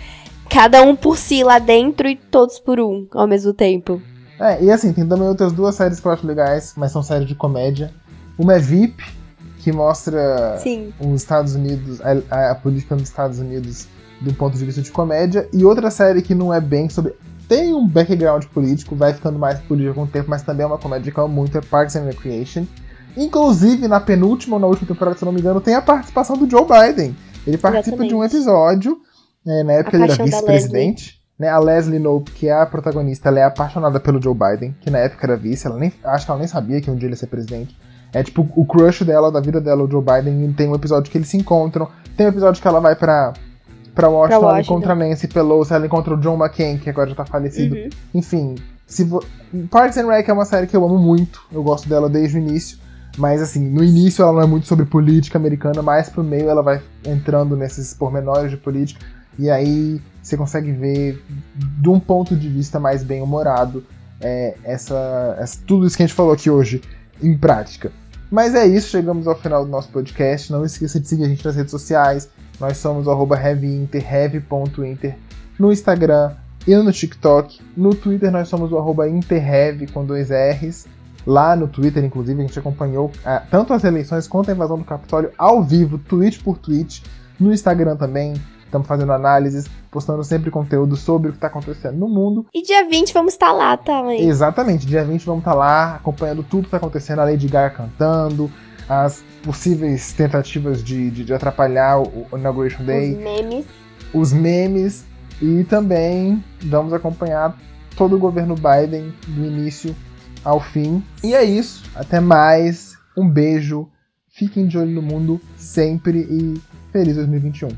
cada um por si lá dentro e todos por um ao mesmo tempo. E assim, tem também outras duas séries que eu acho legais, mas são séries de comédia. Uma é VIP, que mostra os Estados Unidos, a política dos Estados Unidos do ponto de vista de comédia. E outra série que não é bem sobre... Tem um background político, vai ficando mais político com o tempo, mas também é uma comédia que eu amo muito, é Parks and Recreation. Inclusive, na penúltima ou na última temporada, se eu não me engano, tem a participação do Joe Biden. Ele participa de um episódio, na época ele era vice-presidente. Né, a Leslie Knope, que é a protagonista, ela é apaixonada pelo Joe Biden, que na época era vice, acho que ela nem sabia que um dia ele ia ser presidente. É tipo o crush dela, da vida dela, o Joe Biden, e tem um episódio que eles se encontram. Tem um episódio que ela vai pra Washington, ela encontra a Nancy Pelosi, ela encontra o John McCain, que agora já tá falecido. Enfim, Parks and Rec é uma série que eu amo muito, eu gosto dela desde o início. Mas assim, no início ela não é muito sobre política americana, mais pro meio ela vai entrando nesses pormenores de política. E aí você consegue ver, de um ponto de vista mais bem-humorado, tudo isso que a gente falou aqui hoje em prática. Mas é isso, chegamos ao final do nosso podcast. Não esqueça de seguir a gente nas redes sociais. Nós somos o @heavyinter, heavy.inter, no Instagram e no TikTok. No Twitter nós somos o @interheavy com 2 R's. Lá no Twitter, inclusive, a gente acompanhou tanto as eleições quanto a invasão do Capitólio ao vivo, tweet por tweet. No Instagram também, estamos fazendo análises, postando sempre conteúdo sobre o que está acontecendo no mundo. E dia 20 vamos estar lá, tá, mãe? Exatamente, dia 20 vamos estar lá, acompanhando tudo que está acontecendo, a Lady Gaga cantando, as possíveis tentativas de atrapalhar o Inauguration Day. Os memes. E também vamos acompanhar todo o governo Biden, do início ao fim. E é isso. Até mais. Um beijo. Fiquem de olho no mundo sempre e feliz 2021.